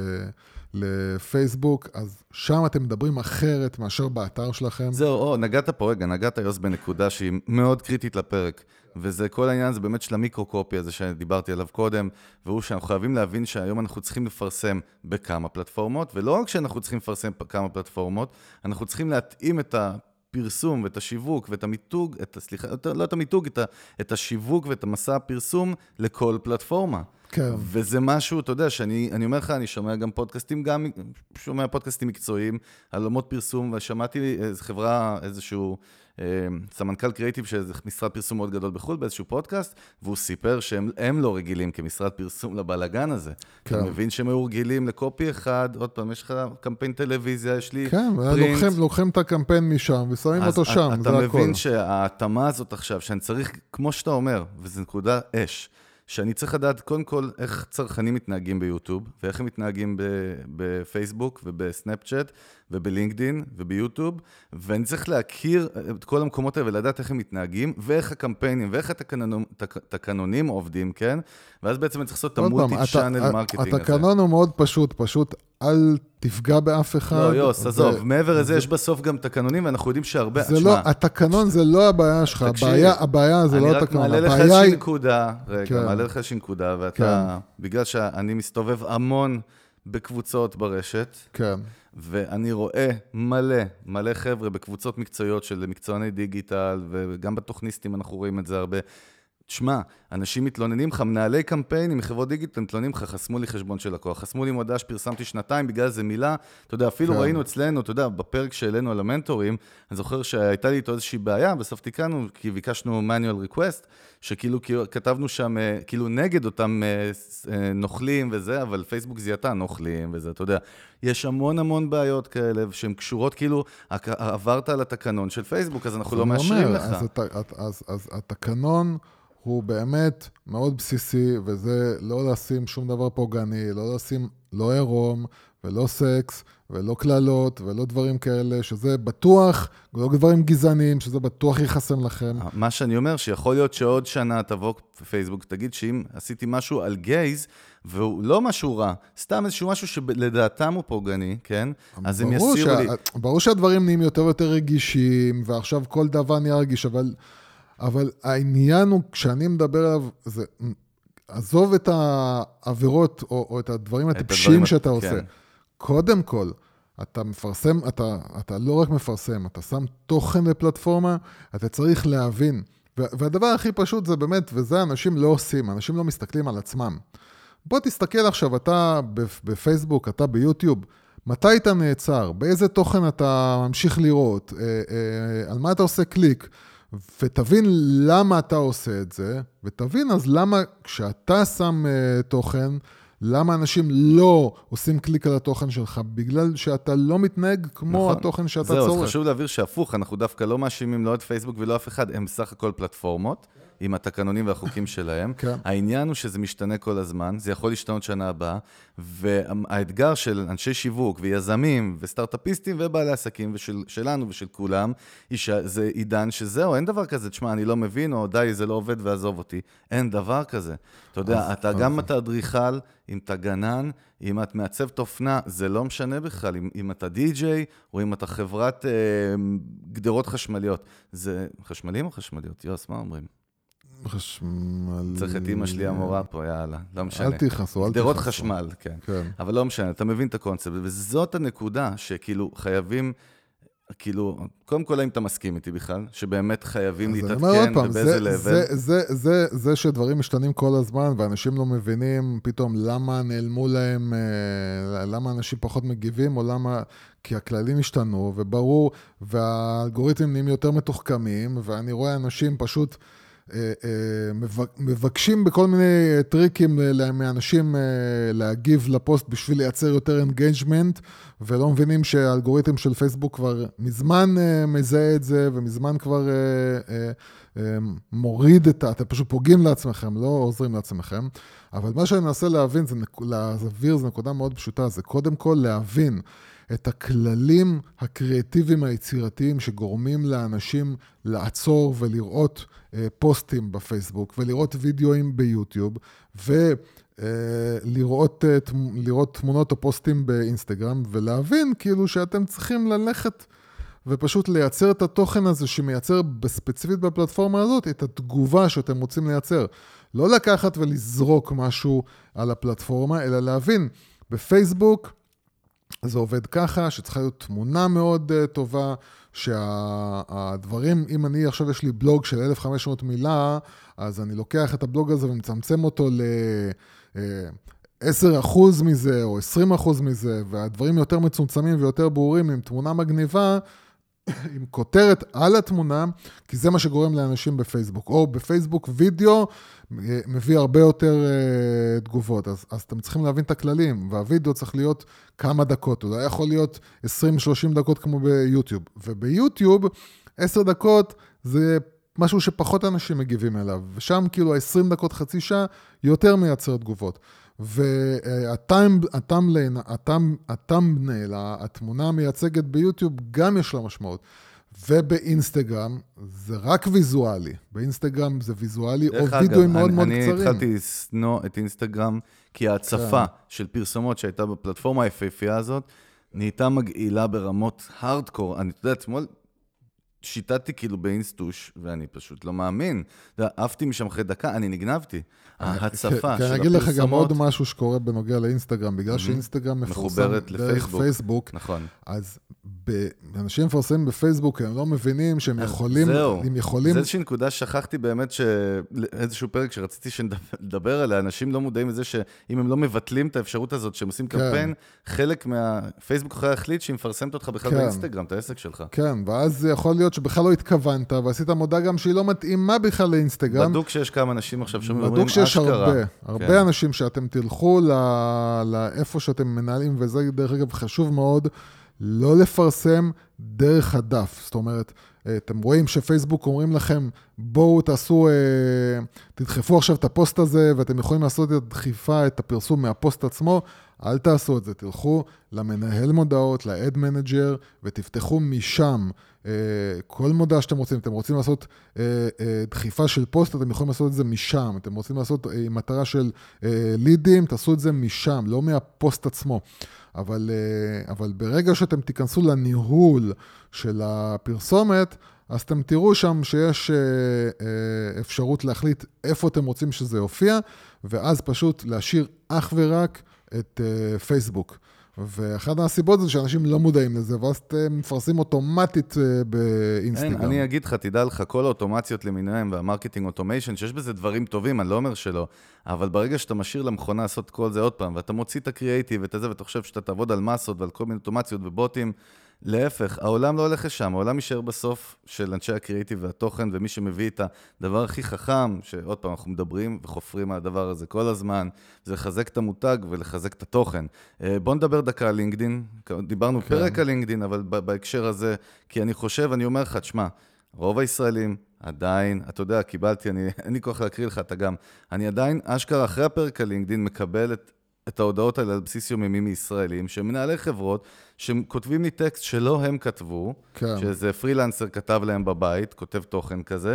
לפייסבוק, אז שם אתם מדברים אחרת מאשר באתר שלכם. זהו, נגעת פה רגע, נגעת יוס בנקודה שהיא מאוד קריטית לפרק. וזה כל העניין, זה באמת של המיקרו-קופי הזה שדיברתי עליו קודם, והוא שאנחנו חייבים להבין שהיום אנחנו צריכים לפרסם בכמה פלטפורמות, ולא רק שאנחנו צריכים לפרסם בכמה פלטפורמות, אנחנו צריכים להתאים את הפרסום ואת השיווק ואת המיתוג, לא את המיתוג, את השיווק ואת המסע הפרסום לכל פלטפורמה. כן. וזה משהו, אתה יודע, שאני אומר לך, אני שומע גם פודקאסטים, גם שומע פודקאסטים מקצועיים, על עולמות פרסום, ושמעתי איזו חברה, איזשהו סמנכ"ל קריאיטיב, שזה משרד פרסום מאוד גדול בחו"ל, באיזשהו פודקאסט, והוא סיפר שהם לא רגילים כמשרד פרסום לבלגן הזה. כן. אתה מבין שהם היו רגילים לקופי אחד, עוד פעם, יש לך קמפיין טלוויזיה, יש לי פרינט. כן, לוקחים את הקמפיין משם, ושמים אותו שם, זה הכל. אתה מבין שההתאמה הזאת עכשיו, שאני צריך, כמו שאתה אומר, וזו נקודה אש, שאני צריך לדעת קודם כל איך צרכנים מתנהגים ביוטיוב, ואיך הם מתנהגים בפייסבוק ובסנאפצ'אט ובלינקדין וביוטיוב, ואני צריך להכיר את כל המקומות האלה ולדעת איך הם מתנהגים, ואיך הקמפיינים ואיך התקנונים עובדים, כן? ואז בעצם אני צריך לעשות את המולטי-צ'אנל מרקטינג הזה. התקנון הוא מאוד פשוט אל תפגע באף אחד. לא, יוס, עזוב, מעבר לזה יש בסוף גם תקנונים, ואנחנו יודעים שהרבה... התקנון זה לא הבעיה שלך, הבעיה זה לא התקנון. אני מעלה לך איזושהי נקודה, ואתה, בגלל שאני מסתובב המון בקבוצות ברשת, ואני רואה מלא חבר'ה בקבוצות מקצועיות של מקצועני דיגיטל, וגם בתוכניסטים אנחנו רואים את זה הרבה. תשמע, אנשים מתלוננים לך, מנהלי קמפיינים מחברות דיגיטל, מתלוננים לך, חסמו לי חשבון של לקוח, חסמו לי מודעה שפרסמתי 2 בגלל זה מילה, אתה יודע, אפילו ראינו אצלנו, אתה יודע, בפרק שהעלינו על המנטורים, אני זוכר שהייתה לי איתו איזושהי בעיה, בסוף תיקנו, כי ביקשנו manual request, שכאילו כתבנו שם, כאילו נגד אותם נוכלים וזה, אבל פייסבוק זיהתה נוכלים וזה, אתה יודע, יש המון בעיות כאלה, שהן קשורות כאילו, עברת על התקנון של פייסבוק, אז אנחנו לא מאשרים לך. אז התקנון הוא באמת מאוד בסיסי, וזה לא לשים שום דבר פוגעני, לא לשים לא עירום, ולא סקס, ולא כללות, ולא דברים כאלה, שזה בטוח, לא דברים גזעניים, שזה בטוח יחסם לכם. מה שאני אומר, שיכול להיות שעוד שנה תבוא פייסבוק, תגיד שאם עשיתי משהו על גייז, והוא לא משהו רע, סתם איזשהו משהו שלדעתם הוא פוגעני, כן? אז הם יסירו לי. ברור שהדברים נהיים יותר ויותר רגישים, ועכשיו כל דבר נהיה רגיש, אבל העניין הוא, כשאני מדבר עליו, זה, עזוב את העבירות, או את הדברים הטיפשיים שאתה עושה. קודם כל, אתה מפרסם, אתה לא רק מפרסם, אתה שם תוכן בפלטפורמה, אתה צריך להבין. והדבר הכי פשוט זה באמת, וזה אנשים לא עושים, אנשים לא מסתכלים על עצמם. בוא תסתכל עכשיו, אתה בפייסבוק, אתה ביוטיוב, מתי אתה נעצר, באיזה תוכן אתה ממשיך לראות, על מה אתה עושה קליק, ותבין למה אתה עושה את זה, ותבין אז למה כשאתה שם תוכן, למה אנשים לא עושים קליק על התוכן שלך, בגלל שאתה לא מתנהג כמו נכון. התוכן שאתה צורך. זהו, אז חשוב להעביר שהפוך, אנחנו דווקא לא מאשימים לא את פייסבוק ולא אף אחד, הם סך הכל פלטפורמות, עם התקנונים והחוקים שלהם. כן. העניין הוא שזה משתנה כל הזמן, זה יכול להשתנות שנה הבאה, והאתגר של אנשי שיווק ויזמים וסטארט-אפיסטים ובעלי עסקים ושלנו ושל כולם, זה עידן שזהו, אין דבר כזה, תשמע, אני לא מבין, או די, זה לא עובד ועזוב אותי. אין דבר כזה. אתה יודע, גם אתה אדריכל, אם אתה גנן, אם את מעצב תופנה, זה לא משנה בכלל, אם אתה די-ג'יי, או אם אתה חברת גדרות חשמליות. זה חשמליים או חשמליות? יוס, מה אומרים? חשמל... צריך את אמא שלי המורה פה, יאללה, לא משנה. אל תיחסו. גדרות חשמל, כן. אבל לא משנה, אתה מבין את הקונספט, וזאת הנקודה שכאילו חייבים, כאילו, קודם כל, אם אתה מסכים איתי בכלל, שבאמת חייבים להתעדכן ובאיזה לבל. זה שדברים משתנים כל הזמן, ואנשים לא מבינים פתאום למה נעלמו להם, למה אנשים פחות מגיבים, או למה, כי הכללים השתנו, וברור, והאלגוריתמים נהיים יותר מתוחכמים, ואני רואה אנשים פשוט מבקשים בכל מיני טריקים מאנשים להגיב לפוסט בשביל לייצר יותר אינגייג'מנט, ולא מבינים שהאלגוריתם של פייסבוק כבר מזמן מזהה את זה, ומזמן כבר מוריד אתם פשוט פוגעים לעצמכם, לא עוזרים לעצמכם. אבל מה שאני מנסה להבין, להעביר, זו נקודה מאוד פשוטה, זה קודם כל להבין את הכללים הקריאטיביים היצירתיים שגורמים לאנשים לעצור ולראות פוסטים בפייסבוק, ולראות וידאוים ביוטיוב, ולראות תמונות או פוסטים באינסטגרם, ולהבין כאילו שאתם צריכים ללכת ופשוט לייצר את התוכן הזה שמייצר ספציפית בפלטפורמה הזאת, את התגובה שאתם רוצים לייצר. לא לקחת ולזרוק משהו על הפלטפורמה, אלא להבין, בפייסבוק זה עובד ככה, שצריכה להיות תמונה מאוד טובה, שהדברים, אם אני עכשיו יש לי בלוג של 1,500 מילה, אז אני לוקח את הבלוג הזה ומצמצם אותו ל-10% מזה או 20% מזה, והדברים יותר מצומצמים ויותר ברורים עם תמונה מגניבה, עם כותרת על התמונה, כי זה מה שגורם לאנשים בפייסבוק. או בפייסבוק וידאו מביא הרבה יותר תגובות, אז אתם צריכים להבין את הכללים, והווידאו צריך להיות כמה דקות, הוא לא יכול להיות 20-30 דקות כמו ביוטיוב. וביוטיוב 10 דקות זה משהו שפחות אנשים מגיבים אליו, ושם כאילו 20 דקות, חצי שעה, יותר מייצר תגובות. והטאמבנייל, התמונה המייצגת ביוטיוב, גם יש לה משמעות. ובאינסטגרם זה רק ויזואלי. באינסטגרם זה ויזואלי, או וידאוים מאוד מאוד קצרים. אני התחלתי לסנוע את אינסטגרם, כי ההצפה של פרסומות שהייתה בפלטפורמה היפהפייה הזאת, נהייתה מגעילה ברמות הארדקור. אני יודע, אתמול שיטתי כאילו באינסטוש, ואני פשוט לא מאמין. עפתי משם אחרי דקה, אני נגנבתי. ההצפה של הפרסומות... אני אגיד לך גם עוד משהו שקורה בנוגע לאינסטגרם, בגלל שאינסטגרם מפורסם דרך פייסבוק, נכון. אז אנשים מפרסמים בפייסבוק, הם לא מבינים שהם יכולים... זהו, זה איזושהי נקודה, שכחתי באמת איזשהו פרק שרציתי שנדבר עליה, אנשים לא מודעים לזה שאם הם לא מבטלים את האפשרות הזאת, שהם עושים קמפיין, חלק מהפייסבוק יכול להחליט שהיא מפרסמת אותך בכלל באינסטגרם, את העסק שלך. כן, ואז יכול להיות שבכלל לא התכוונת, ועשית מודעה גם שהיא לא מתאימה בכלל לאינסטגרם. בדוק שיש כמה אנשים עכשיו שאומרים בדוק שיש הרבה אנשים שאתם תלכו לאיפה שאתם מנהלים, וזה דרך אגב חשוב מאוד, לא לפרסם דרך הדף. זאת אומרת, אתם רואים שפייסבוק אומרים לכם, בואו תדחפו עכשיו את הפוסט הזה, ואתם יכולים לעשות את הדחיפה, את הפרסום מהפוסט עצמו, אל תעשו את זה, תלכו למנהל מודעות, ל-Ad Manager, ותפתחו משם כל מודעה שאתם רוצים. אתם רוצים לעשות דחיפה של פוסט, אתם יכולים לעשות את זה משם. אתם רוצים לעשות מטרה של לידים, תעשו את זה משם, לא מהפוסט עצמו. אבל ברגע שאתם תיכנסו לניהול של הפרסומת, אז אתם תראו שם שיש אפשרות להחליט איפה אתם רוצים שזה יופיע, ואז פשוט להשאיר אך ורק את פייסבוק. ואחת מהסיבות זה שאנשים לא מודעים לזה, ואז אתם מפרסים אוטומטית באינסטגרם. אני אגיד לך, תדע לך, כל האוטומציות למיניהם והמרקטינג אוטומיישן, שיש בזה דברים טובים, אני לא אומר שלא, אבל ברגע שאתה משאיר למכונה לעשות כל זה עוד פעם, ואתה מוציא את הקריאייטיב ואת זה, ואתה חושב שאתה תעבוד על מסות ועל כל מיני אוטומציות ובוטים, להפך, העולם לא הולך לשם, העולם יישאר בסוף של אנשי הקריאייטיב והתוכן, ומי שמביא את הדבר הכי חכם, שעוד פעם אנחנו מדברים וחופרים על הדבר הזה כל הזמן, זה לחזק את המותג ולחזק את התוכן. בוא נדבר דקה על לינקדין, דיברנו פרק על לינקדין, אבל בהקשר הזה, כי אני חושב, אני אומר לך, תשמע, רוב הישראלים עדיין, אתה יודע, קיבלתי, אין לי כוח להקריא לך, אתה גם, אני עדיין, אשכרה אחרי הפרק על לינקדין, מקבל את ההודעות האלה על בסיס יוממי מישראלים, שמנהלי חברות, שכותבים לי טקסט שלא הם כתבו, כן. שזה פרילנסר כתב להם בבית, כותב תוכן כזה,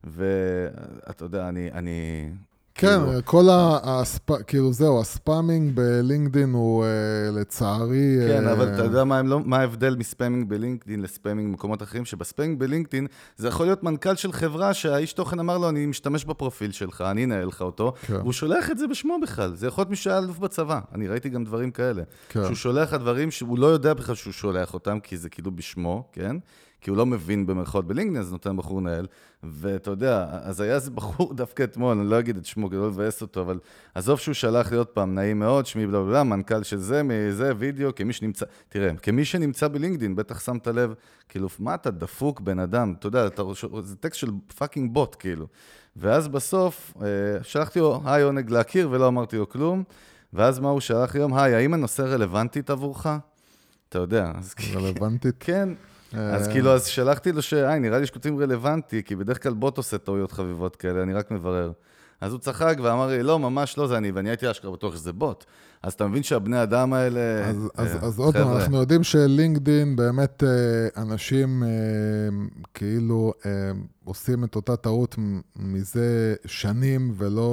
ואתה יודע, אני כן, כל כאילו זהו, הספאמינג בלינקדין הוא לצערי... כן, אבל אתה יודע מה ההבדל מספאמינג בלינקדין לספאמינג במקומות אחרים? שבספאמינג בלינקדין זה יכול להיות מנכ"ל של חברה שהאיש תוכן אמר לו, אני משתמש בפרופיל שלך, אני אנהל לך אותו, והוא שולח את זה בשמו בכלל. זה יכול להיות מי שהיה אלוף בצבא. אני ראיתי גם דברים כאלה. שהוא שולח הדברים שהוא לא יודע בכלל שהוא שולח אותם, כי זה כאילו בשמו, כן? כי הוא לא מבין במרכאות בלינקדין, אז נותן בחור נהל, ואתה יודע, אז היה איזה בחור דווקא אתמול, אני לא אגיד את שמו, כדי לא לבאס אותו, אבל עזוב שהוא שלח לי עוד פעם, נעים מאוד, שמי בלה בלה, מנכ"ל של זה, מזה, וידאו, כמי שנמצא, תראה, כמי שנמצא בלינקדין, בטח שמת לב, כאילו, מה אתה דפוק בן אדם, אתה יודע, זה טקסט של פאקינג בוט, כאילו, ואז בסוף, שלחתי לו, היי עונג להכיר, ולא אמרתי לו כלום, ואז מה הוא שלח לי היום, היי, האם הנושא רלוונטית עבורך? אתה יודע, אז רלוונטית? כן. אז כאילו, אז שלחתי לו נראה לי שכותבים רלוונטי, כי בדרך כלל בוט עושה טעויות חביבות כאלה, אני רק מברר. אז הוא צחק ואמר לי, לא, ממש לא זה אני, ואני הייתי אשכרה בטוח שזה בוט. אז אתה מבין שהבני אדם האלה... אז עוד פעם, אנחנו יודעים שלינקדין באמת אנשים כאילו עושים את אותה טעות מזה שנים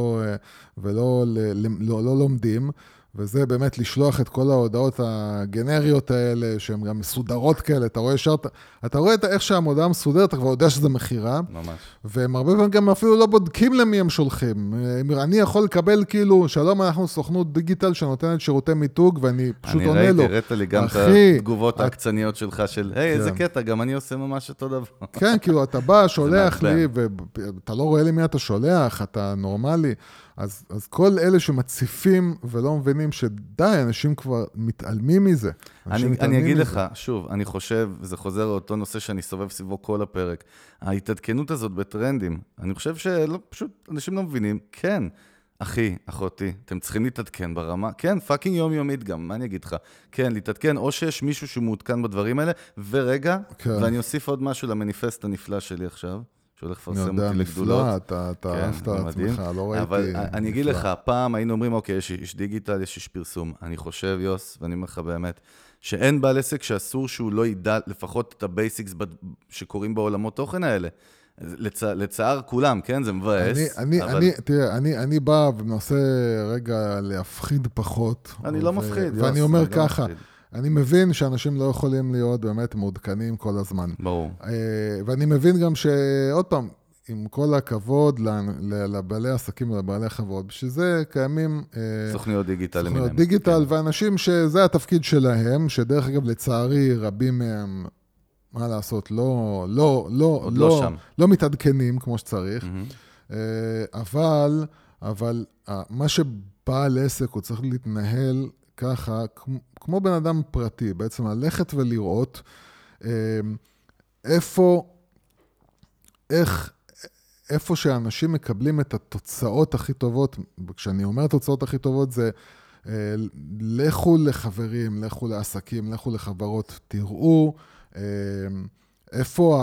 ולא לומדים, וזה באמת לשלוח את כל ההודעות הגנריות האלה, שהן גם מסודרות כאלה, אתה רואה איך שהמודעה מסודרת, אתה כבר יודע שזה מחירה. ממש. והם הרבה פעמים גם אפילו לא בודקים למי הם שולחים. אני יכול לקבל כאילו, שלום, אנחנו סוכנות דיגיטל שנותנת שירותי מיתוג, ואני פשוט עונה לו. הראית לי גם את התגובות הקצניות שלך של, היי, איזה קטע, גם אני עושה ממש אותו דבר. כן, כאילו, אתה בא, שולח לי, ואתה לא רואה לי מי אתה שולח, אתה נורמלי. אז כל אלה שמציפים ולא מבינים שדי, אנשים כבר מתעלמים מזה. אני אגיד לך, שוב, אני חושב, וזה חוזר לאותו נושא שאני סובב סביבו כל הפרק, ההתעדכנות הזאת בטרנדים, אני חושב שפשוט אנשים לא מבינים, כן, אחי, אחותי, אתם צריכים להתעדכן ברמה, כן, פאקינג יומיומית גם, מה אני אגיד לך? כן, להתעדכן, או שיש מישהו שמעודכן בדברים האלה, ורגע, ואני אוסיף עוד משהו למניפסט הנפלא שלי עכשיו, שהולך לפרסם אותי לגדולות. אתה אהבת על עצמך, לא ראיתי. אבל אני אגיד לך, פעם היינו אומרים, אוקיי, יש דיגיטל, יש איש פרסום. אני חושב, יוס, ואני אומר לך באמת, שאין בעל עסק שאסור שהוא לא ידע לפחות את הבייסיקס שקורים בעולמות תוכן האלה. לצער כולם, כן? זה מבאס. תראה, אני בא ומנסה רגע להפחיד פחות. אני לא מפחיד, יוס. ואני אומר ככה, אני מבין שאנשים לא יכולים להיות באמת מעודכנים כל הזמן. ברור. ואני מבין גם שעוד פעם, עם כל הכבוד לבעלי עסקים ולבעלי חברות, בשביל זה קיימים... סוכניות דיגיטל. סוכניות דיגיטל, ואנשים שזה התפקיד שלהם, שדרך אגב לצערי רבים מהם, מה לעשות, לא מתעדכנים כמו שצריך, אבל מה שבעל עסק הוא צריך להתנהל ככה, כמו בן אדם פרטי, בעצם ללכת ולראות איפה שאנשים מקבלים את התוצאות הכי טובות, כשאני אומר תוצאות הכי טובות זה, לכו לחברים, לכו לעסקים, לכו לחברות, תראו איפה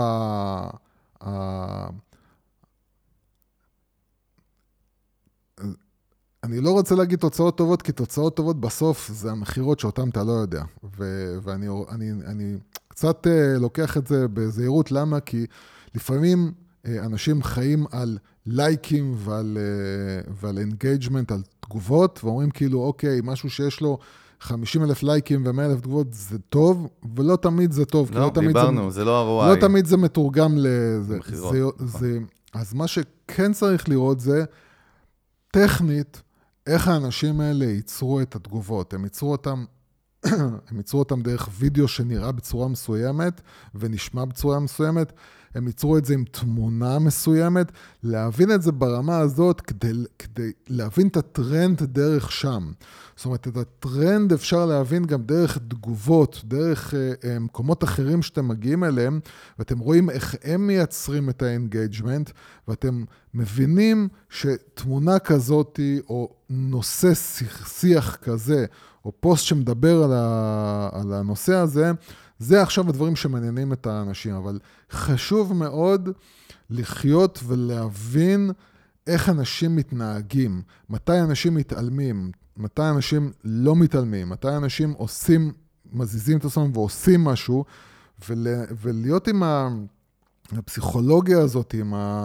אני לא רוצה להגיד תוצאות טובות, כי תוצאות טובות בסוף זה המחירות שאותם אתה לא יודע. ואני קצת לוקח את זה בזהירות, למה? כי לפעמים אנשים חיים על לייקים ועל אינגייג'מנט, על תגובות, ואומרים כאילו, אוקיי, משהו שיש לו 50,000 לייקים ו100,000 תגובות, זה טוב, ולא תמיד זה טוב. לא, דיברנו, זה לא לא תמיד זה מתורגם לזה. אז מה שכן צריך לראות זה, טכנית, איך האנשים האלה ייצרו את התגובות. הם ייצרו אותם הם ייצרו אותם דרך וידאו שנראה בצורה מסוימת ונשמע בצורה מסוימת, הם ייצרו את זה עם תמונה מסוימת, להבין את זה ברמה הזאת כדי להבין את הטרנד דרך שם. זאת אומרת, את הטרנד אפשר להבין גם דרך תגובות, דרך מקומות אחרים שאתם מגיעים אליהם, ואתם רואים איך הם מייצרים את האנגייג'מנט, ואתם מבינים שתמונה כזאת, או נושא שיח כזה, או פוסט שמדבר על הנושא הזה, זה עכשיו הדברים שמעניינים את האנשים, אבל חשוב מאוד לחיות ולהבין איך אנשים מתנהגים, מתי אנשים מתעלמים, מתי אנשים לא מתעלמים, מתי אנשים מזיזים את עצמם ועושים משהו, ולהיות עם הפסיכולוגיה הזאת,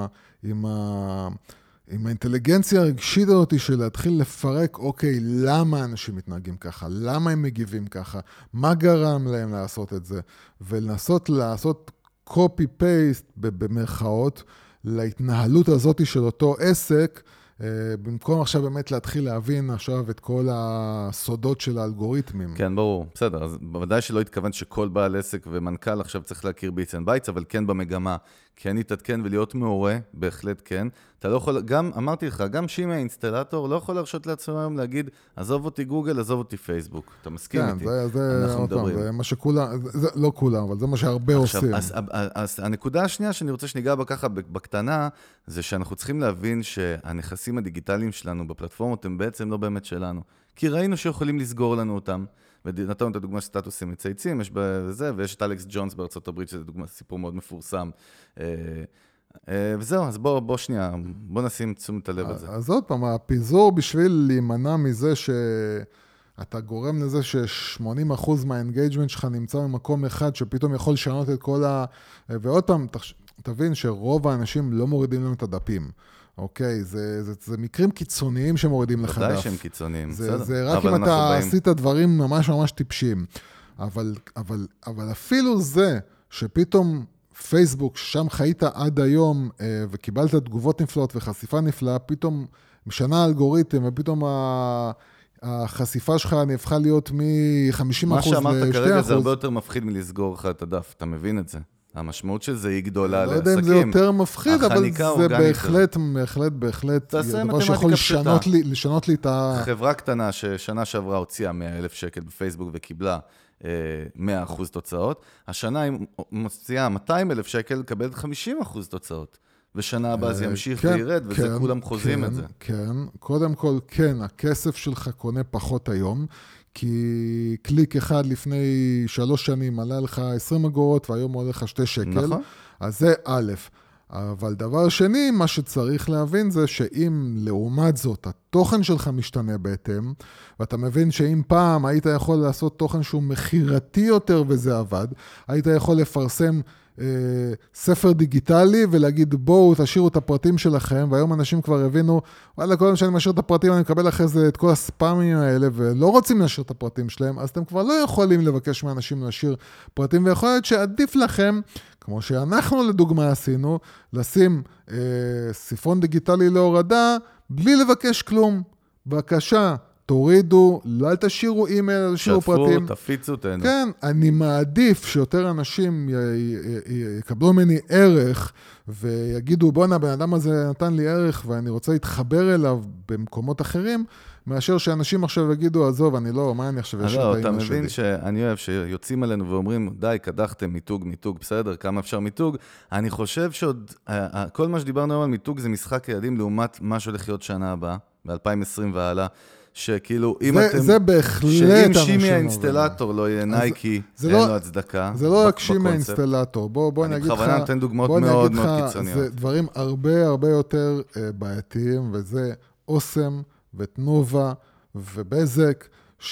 עם האינטליגנציה הרגשית הזאת של להתחיל לפרק, אוקיי, למה אנשים מתנהגים ככה? למה הם מגיבים ככה? מה גרם להם לעשות את זה? ולנסות לעשות copy-paste במרכאות להתנהלות הזאת של אותו עסק, במקום עכשיו באמת להתחיל להבין עכשיו את כל הסודות של האלגוריתמים. כן, ברור. בסדר, אז בוודאי שלא התכוונת שכל בעל עסק ומנכ"ל עכשיו צריך להכיר ביטס אנד בייטס, אבל כן במגמה, כן להתעדכן ולהיות מעורה, בהחלט כן. אתה לא יכול, גם, אמרתי לך, גם שימי האינסטלטור לא יכול להרשות לעצמו היום להגיד, עזוב אותי גוגל, עזוב אותי פייסבוק. אתה מסכים איתי? כן, אנחנו מדברים. זה מה שכולם, לא כולם, אבל זה מה שהרבה עושים. אז הנקודה השנייה שאני רוצה שניגע בה ככה בקטנה, זה שאנחנו צריכים להבין שהנכסים הדיגיטליים שלנו בפלטפורמות הם בעצם לא באמת שלנו. כי ראינו שיכולים לסגור לנו אותם. ונתנו את הדוגמה של סטטוסים מצייצים, יש בזה, ויש את אלכס ג'ונס בארצות הברית, שזה דוגמה, סיפור מאוד מפורסם. וזהו, אז בוא שנייה, בוא נשים תשומת הלב על זה. אז עוד פעם, הפיזור בשביל להימנע מזה שאתה גורם לזה ש80% מהאנגייג'מנט שלך נמצא במקום אחד, שפתאום יכול לשנות את כל ועוד פעם, תבין שרוב האנשים לא מורידים להם את הדפים. אוקיי, זה מקרים קיצוניים שמורידים לך דף. ודאי שהם קיצוניים, בסדר. זה רק אם אתה עשית דברים ממש ממש טיפשים. אבל אפילו זה שפתאום פייסבוק, שם חיית עד היום, וקיבלת תגובות נפלאות וחשיפה נפלאה, פתאום משנה האלגוריתם, ופתאום החשיפה שלך נהפכה להיות מ-50% ל-2%. מה שאמרת כרגע זה הרבה יותר מפחיד מלסגור לך את הדף, אתה מבין את זה? המשמעות של זה היא גדולה לעסקים. לא יודע אם זה יותר מפחיד, אבל זה בהחלט, דבר שיכול לשנות לי את חברה קטנה ששנה שעברה הוציאה 100,000 שקל בפייסבוק וקיבלה 100% תוצאות, השנה היא מוציאה 200,000 שקל, לקבל 50% תוצאות. ושנה הבאה זה ימשיך וירד, וזה כולם חוזים את זה. כן, קודם כל, כן, הכסף שלך קונה פחות היום, כי קליק אחד לפני 3 שנים עלה לך 20 אגורות, והיום עולה לך 2 שקל. נכון. אז זה א', אבל דבר שני, מה שצריך להבין זה שאם לעומת זאת התוכן שלך משתנה בהתאם, ואתה מבין שאם פעם היית יכול לעשות תוכן שהוא מחירתי יותר וזה עבד, היית יכול לפרסם ספר דיגיטלי ולהגיד בואו תשאירו את הפרטים שלכם, והיום אנשים כבר הבינו, וואלה, כל פעם שאני משאיר את הפרטים אני מקבל אחרי זה את כל הספאמים האלה ולא רוצים להשאיר את הפרטים שלהם, אז אתם כבר לא יכולים לבקש מאנשים להשאיר פרטים, ויכול להיות שעדיף לכם, כמו שאנחנו לדוגמה עשינו, לשים ספרון דיגיטלי להורדה בלי לבקש כלום. בבקשה, תורידו, לא תשאירו אימייל, לא תשאירו פרטים. שתפו, תפיצו אותנו. כן, אני מעדיף שיותר אנשים יקבלו ממני ערך, ויגידו, בוא'נה, הבן אדם הזה נתן לי ערך, ואני רוצה להתחבר אליו במקומות אחרים, מאשר שאנשים עכשיו יגידו, עזוב, אני לא, מה אני עכשיו אשאיר את האימייל שלי? אתה מבין שאני אוהב שיוצאים עלינו ואומרים, די, קדחתם מיתוג, בסדר, כמה אפשר מיתוג? אני חושב שעוד, כל מה שדיברנו היום על מיתוג זה משחק ילדים, לעומת מה שהולך להיות שנה הבאה, ב-2020 והלאה, שכאילו, אם אתם... זה בהחלט שאם שימי האינסטלטור לא יהיה נייקי, אין לו הצדקה. זה לא רק שימי האינסטלטור. בוא נגיד לך... אני בכוונה נותן דוגמאות מאוד מאוד קיצוניות. זה דברים הרבה יותר בעייתיים, וזה אוסם ותנובה ובזק,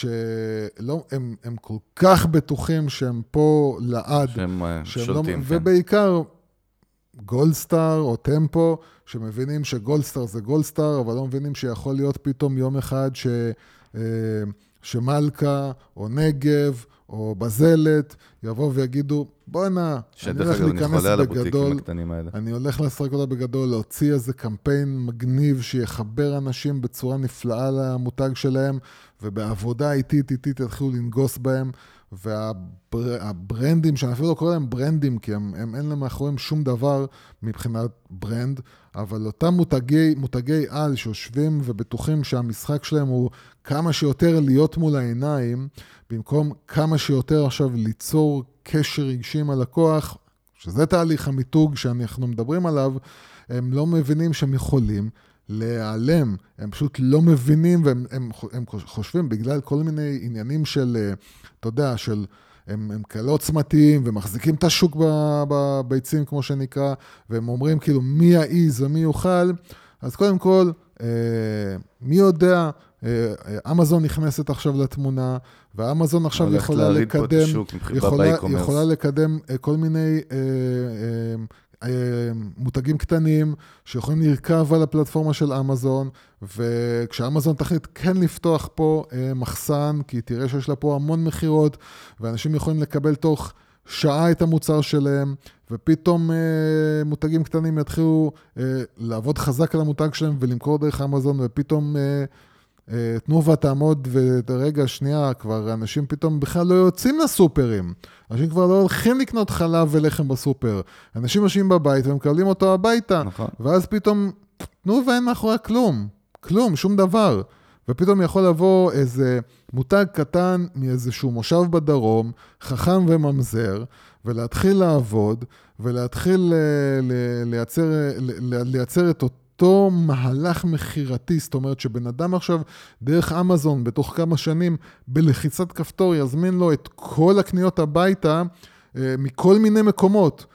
שהם כל כך בטוחים שהם פה לעד. שהם שולטים. ובעיקר... גולדסטאר או טמפו, שמבינים שגולדסטאר זה גולדסטאר, אבל לא מבינים שיכול להיות פתאום יום אחד שמלכה או נגב או בזלת יבואו ויגידו, בוא נע, אני הולך להיכנס בגדול, אני הולך לשחק אותה בגדול, להוציא איזה קמפיין מגניב שיחבר אנשים בצורה נפלאה למותג שלהם, ובעבודה איטית יתחילו לנגוס בהם, והברנדים, שאני אפילו לא קורא להם ברנדים, כי הם אין להם מאחוריהם שום דבר מבחינת ברנד, אבל אותם מותגי על שיושבים ובטוחים שהמשחק שלהם הוא כמה שיותר להיות מול העיניים, במקום כמה שיותר עכשיו ליצור קשר רגשי עם הלקוח, שזה תהליך המיתוג שאנחנו מדברים עליו, הם לא מבינים שהם יכולים להיעלם, הם פשוט לא מבינים, והם חושבים בגלל כל מיני עניינים של, אתה יודע, הם כאלה עוצמתיים, ומחזיקים את השוק בביצים, כמו שנקרא, והם אומרים כאילו מי יעיז ומי יוכל, אז קודם כל, מי יודע, אמזון נכנסת עכשיו לתמונה, ואמזון עכשיו יכולה לקדם כל מיני מותגים קטנים שיכולים לרכב על הפלטפורמה של אמזון, וכשאמזון תחליט כן לפתוח פה מחסן, כי תראה שיש לה פה המון מחירות, ואנשים יכולים לקבל תוך שעה את המוצר שלהם, ופתאום מותגים קטנים יתחילו לעבוד חזק על המותג שלהם ולמכור דרך אמזון, ופתאום תנובה תעמוד ורגע שנייה, כבר אנשים פתאום בכלל לא יוצאים לסופרים. אנשים כבר לא הולכים לקנות חלב ולחם בסופר. אנשים יושבים בבית ומקבלים אותו הביתה, נכון. ואז פתאום תנובה אין מאחורי כלום, שום דבר. ופתאום יכול לבוא איזה מותג קטן מאיזשהו מושב בדרום, חכם וממזר, ולהתחיל לעבוד, ולהתחיל לייצר את אותו מהלך מחירתי, זאת אומרת שבן אדם עכשיו דרך אמזון בתוך כמה שנים בלחיצת כפתור יזמין לו את כל הקניות הביתה מכל מיני מקומות,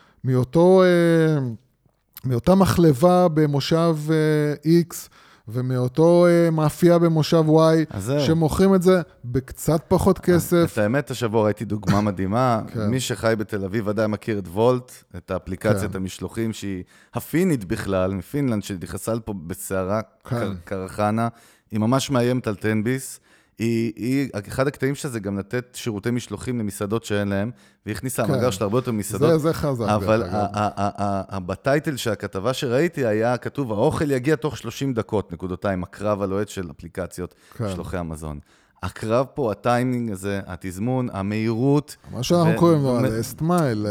מאותה מחלבה במושב X ומאותו מאפייה במושב Y, שמוכרים את זה בקצת פחות כסף. את האמת, השבוע ראיתי דוגמה מדהימה, מי שחי בתל אביב ודאי מכיר את וולט, את האפליקציית המשלוחים, שהיא הפינית בכלל, מפינלנד, שנכנסה לפה בסערה קרחנה, היא ממש מאיימת על טנביס, אחד הקטעים שלה זה גם לתת שירותי משלוחים למסעדות שאין להם, והיא הכניסה המאגר שלה הרבה יותר מסעדות. זה חזק. אבל בטייטל של הכתבה שראיתי היה כתוב, האוכל יגיע תוך 30 דקות, נקודותיים, הקרב הלוהט של אפליקציות משלוחי אמזון. הקרב פה, הטיימינג הזה, התזמון, המהירות. מה שאנחנו קוראים לו, סטמייל,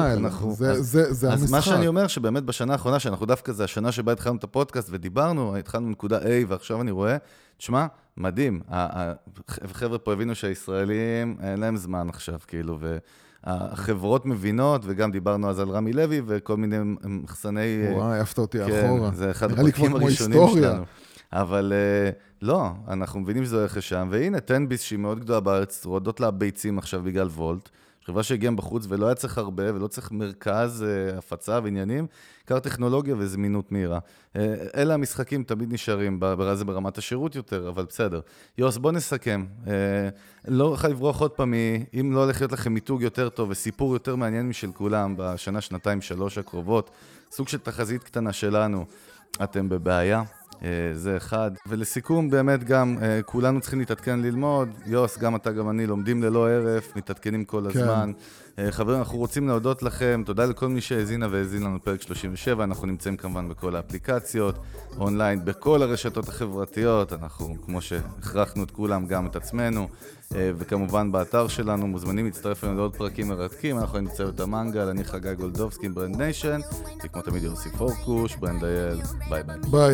זה המשחק. אז מה שאני אומר, שבאמת בשנה האחרונה, שאנחנו דווקא זה השנה שבה התחלנו את הפודקאסט ודיברנו, התחלנו נקודה A, ועכשיו אני רואה, תשמע, מדהים, החבר'ה פה הבינו שהישראלים, אין להם זמן עכשיו, כאילו, והחברות מבינות, וגם דיברנו אז על רמי לוי, וכל מיני מחסני... וואי, אהבת אותי אחורה. זה אחד הפרקים הראשונים שלנו. אבל לא, אנחנו מבינים שזה הולך לשם, והנה, טנביס שהיא מאוד גדולה בארץ, רודות לה ביצים עכשיו בגלל וולט, חברה שהגיעה בחוץ ולא היה צריך הרבה, ולא צריך מרכז הפצה ועניינים, קר טכנולוגיה וזמינות מהירה. אלה המשחקים תמיד נשארים, זה ברמת השירות יותר, אבל בסדר. יוס, בוא נסכם. לא הולך לברוח עוד פעם, אם לא הולך להיות לכם מיתוג יותר טוב וסיפור יותר מעניין משל כולם, בשנה, שנתיים, 3 הקרובות, סוג של תחזית קטנה שלנו, אתם בבעיה. זה אחד. ולסיכום, באמת גם, כולנו צריכים להתעדכן ללמוד. יוס, גם אתה, גם אני, לומדים ללא ערף, מתעדכנים כל הזמן. חברים, אנחנו רוצים להודות לכם. תודה לכל מי שהזינה והזין לנו פרק 37. אנחנו נמצאים כמובן בכל האפליקציות, אונליין, בכל הרשתות החברתיות. אנחנו, כמו שהכרחנו את כולם, גם את עצמנו. וכמובן באתר שלנו מוזמנים להצטרף לנו לעוד פרקים מרתקים. אנחנו נמצא את המנגל, אני חגי גולדובסקי, ברנד ניישן, וכמו תמיד יוסי פורקוש, ברנד אייל, ביי ביי. ביי.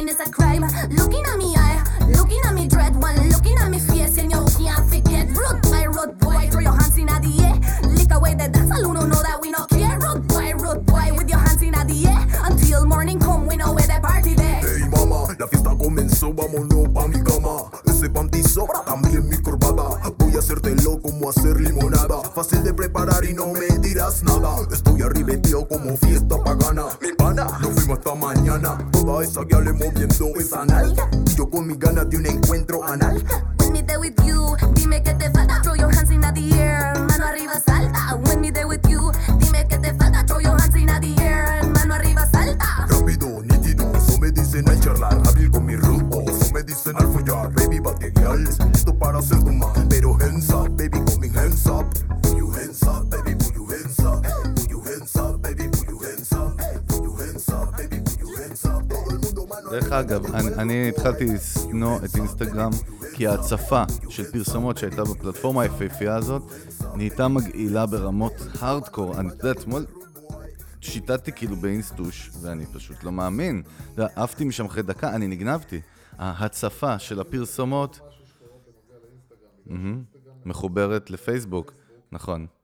Looking at me eye, looking at me dread, one looking at me face, and you can't forget. Road boy, throw your hands in the air. Lick away the dance, all who don't know that we don't care. Road boy, with your hands in the air. Until morning come, we know where the party there. Hey mama, la fiesta comenzó, vámonos pa' mi cama. Ese panty sobra, también mi corbata. Voy a hacértelo como hacer limonada. Fácil de preparar y no me dirás nada. Estoy arribeteo como fiesta pagana. Mi pana, nos fuimos hasta mañana. Toda esa guiale moviendo esa nalga. Yo con mi ganas de un encuentro anal. When me there with you, dime que te falta. Throw your hands in the air, mano arriba salta. When me there with you, dime que te falta. Throw your hands in the air, mano arriba salta. Rápido, nítido, eso me dicen al charlar. Hábil con mi rumbo, eso me dicen al follar. Baby, bate guiales, listo para hacer tu más. Pero hands up, baby, coming hands up. Put your hands up, baby, put your hands up. Put your hands up, baby, put your hands up. Put your hands up, baby, put your hands up. todo el mundo mano. דרך אגב, אני התחלתי לשנוא את אינסטגרם כי ההצפה של פרסומות שהייתה בפלטפורמה היפהפייה הזאת נהייתה מגעילה ברמות הארדקור. אני יודעת, אתמול שיטטתי כאילו באינסטוש ואני פשוט לא מאמין. עפתי משם אחרי דקה, אני נגנבתי. ההצפה של הפרסומות מחוברת לפייסבוק, נכון.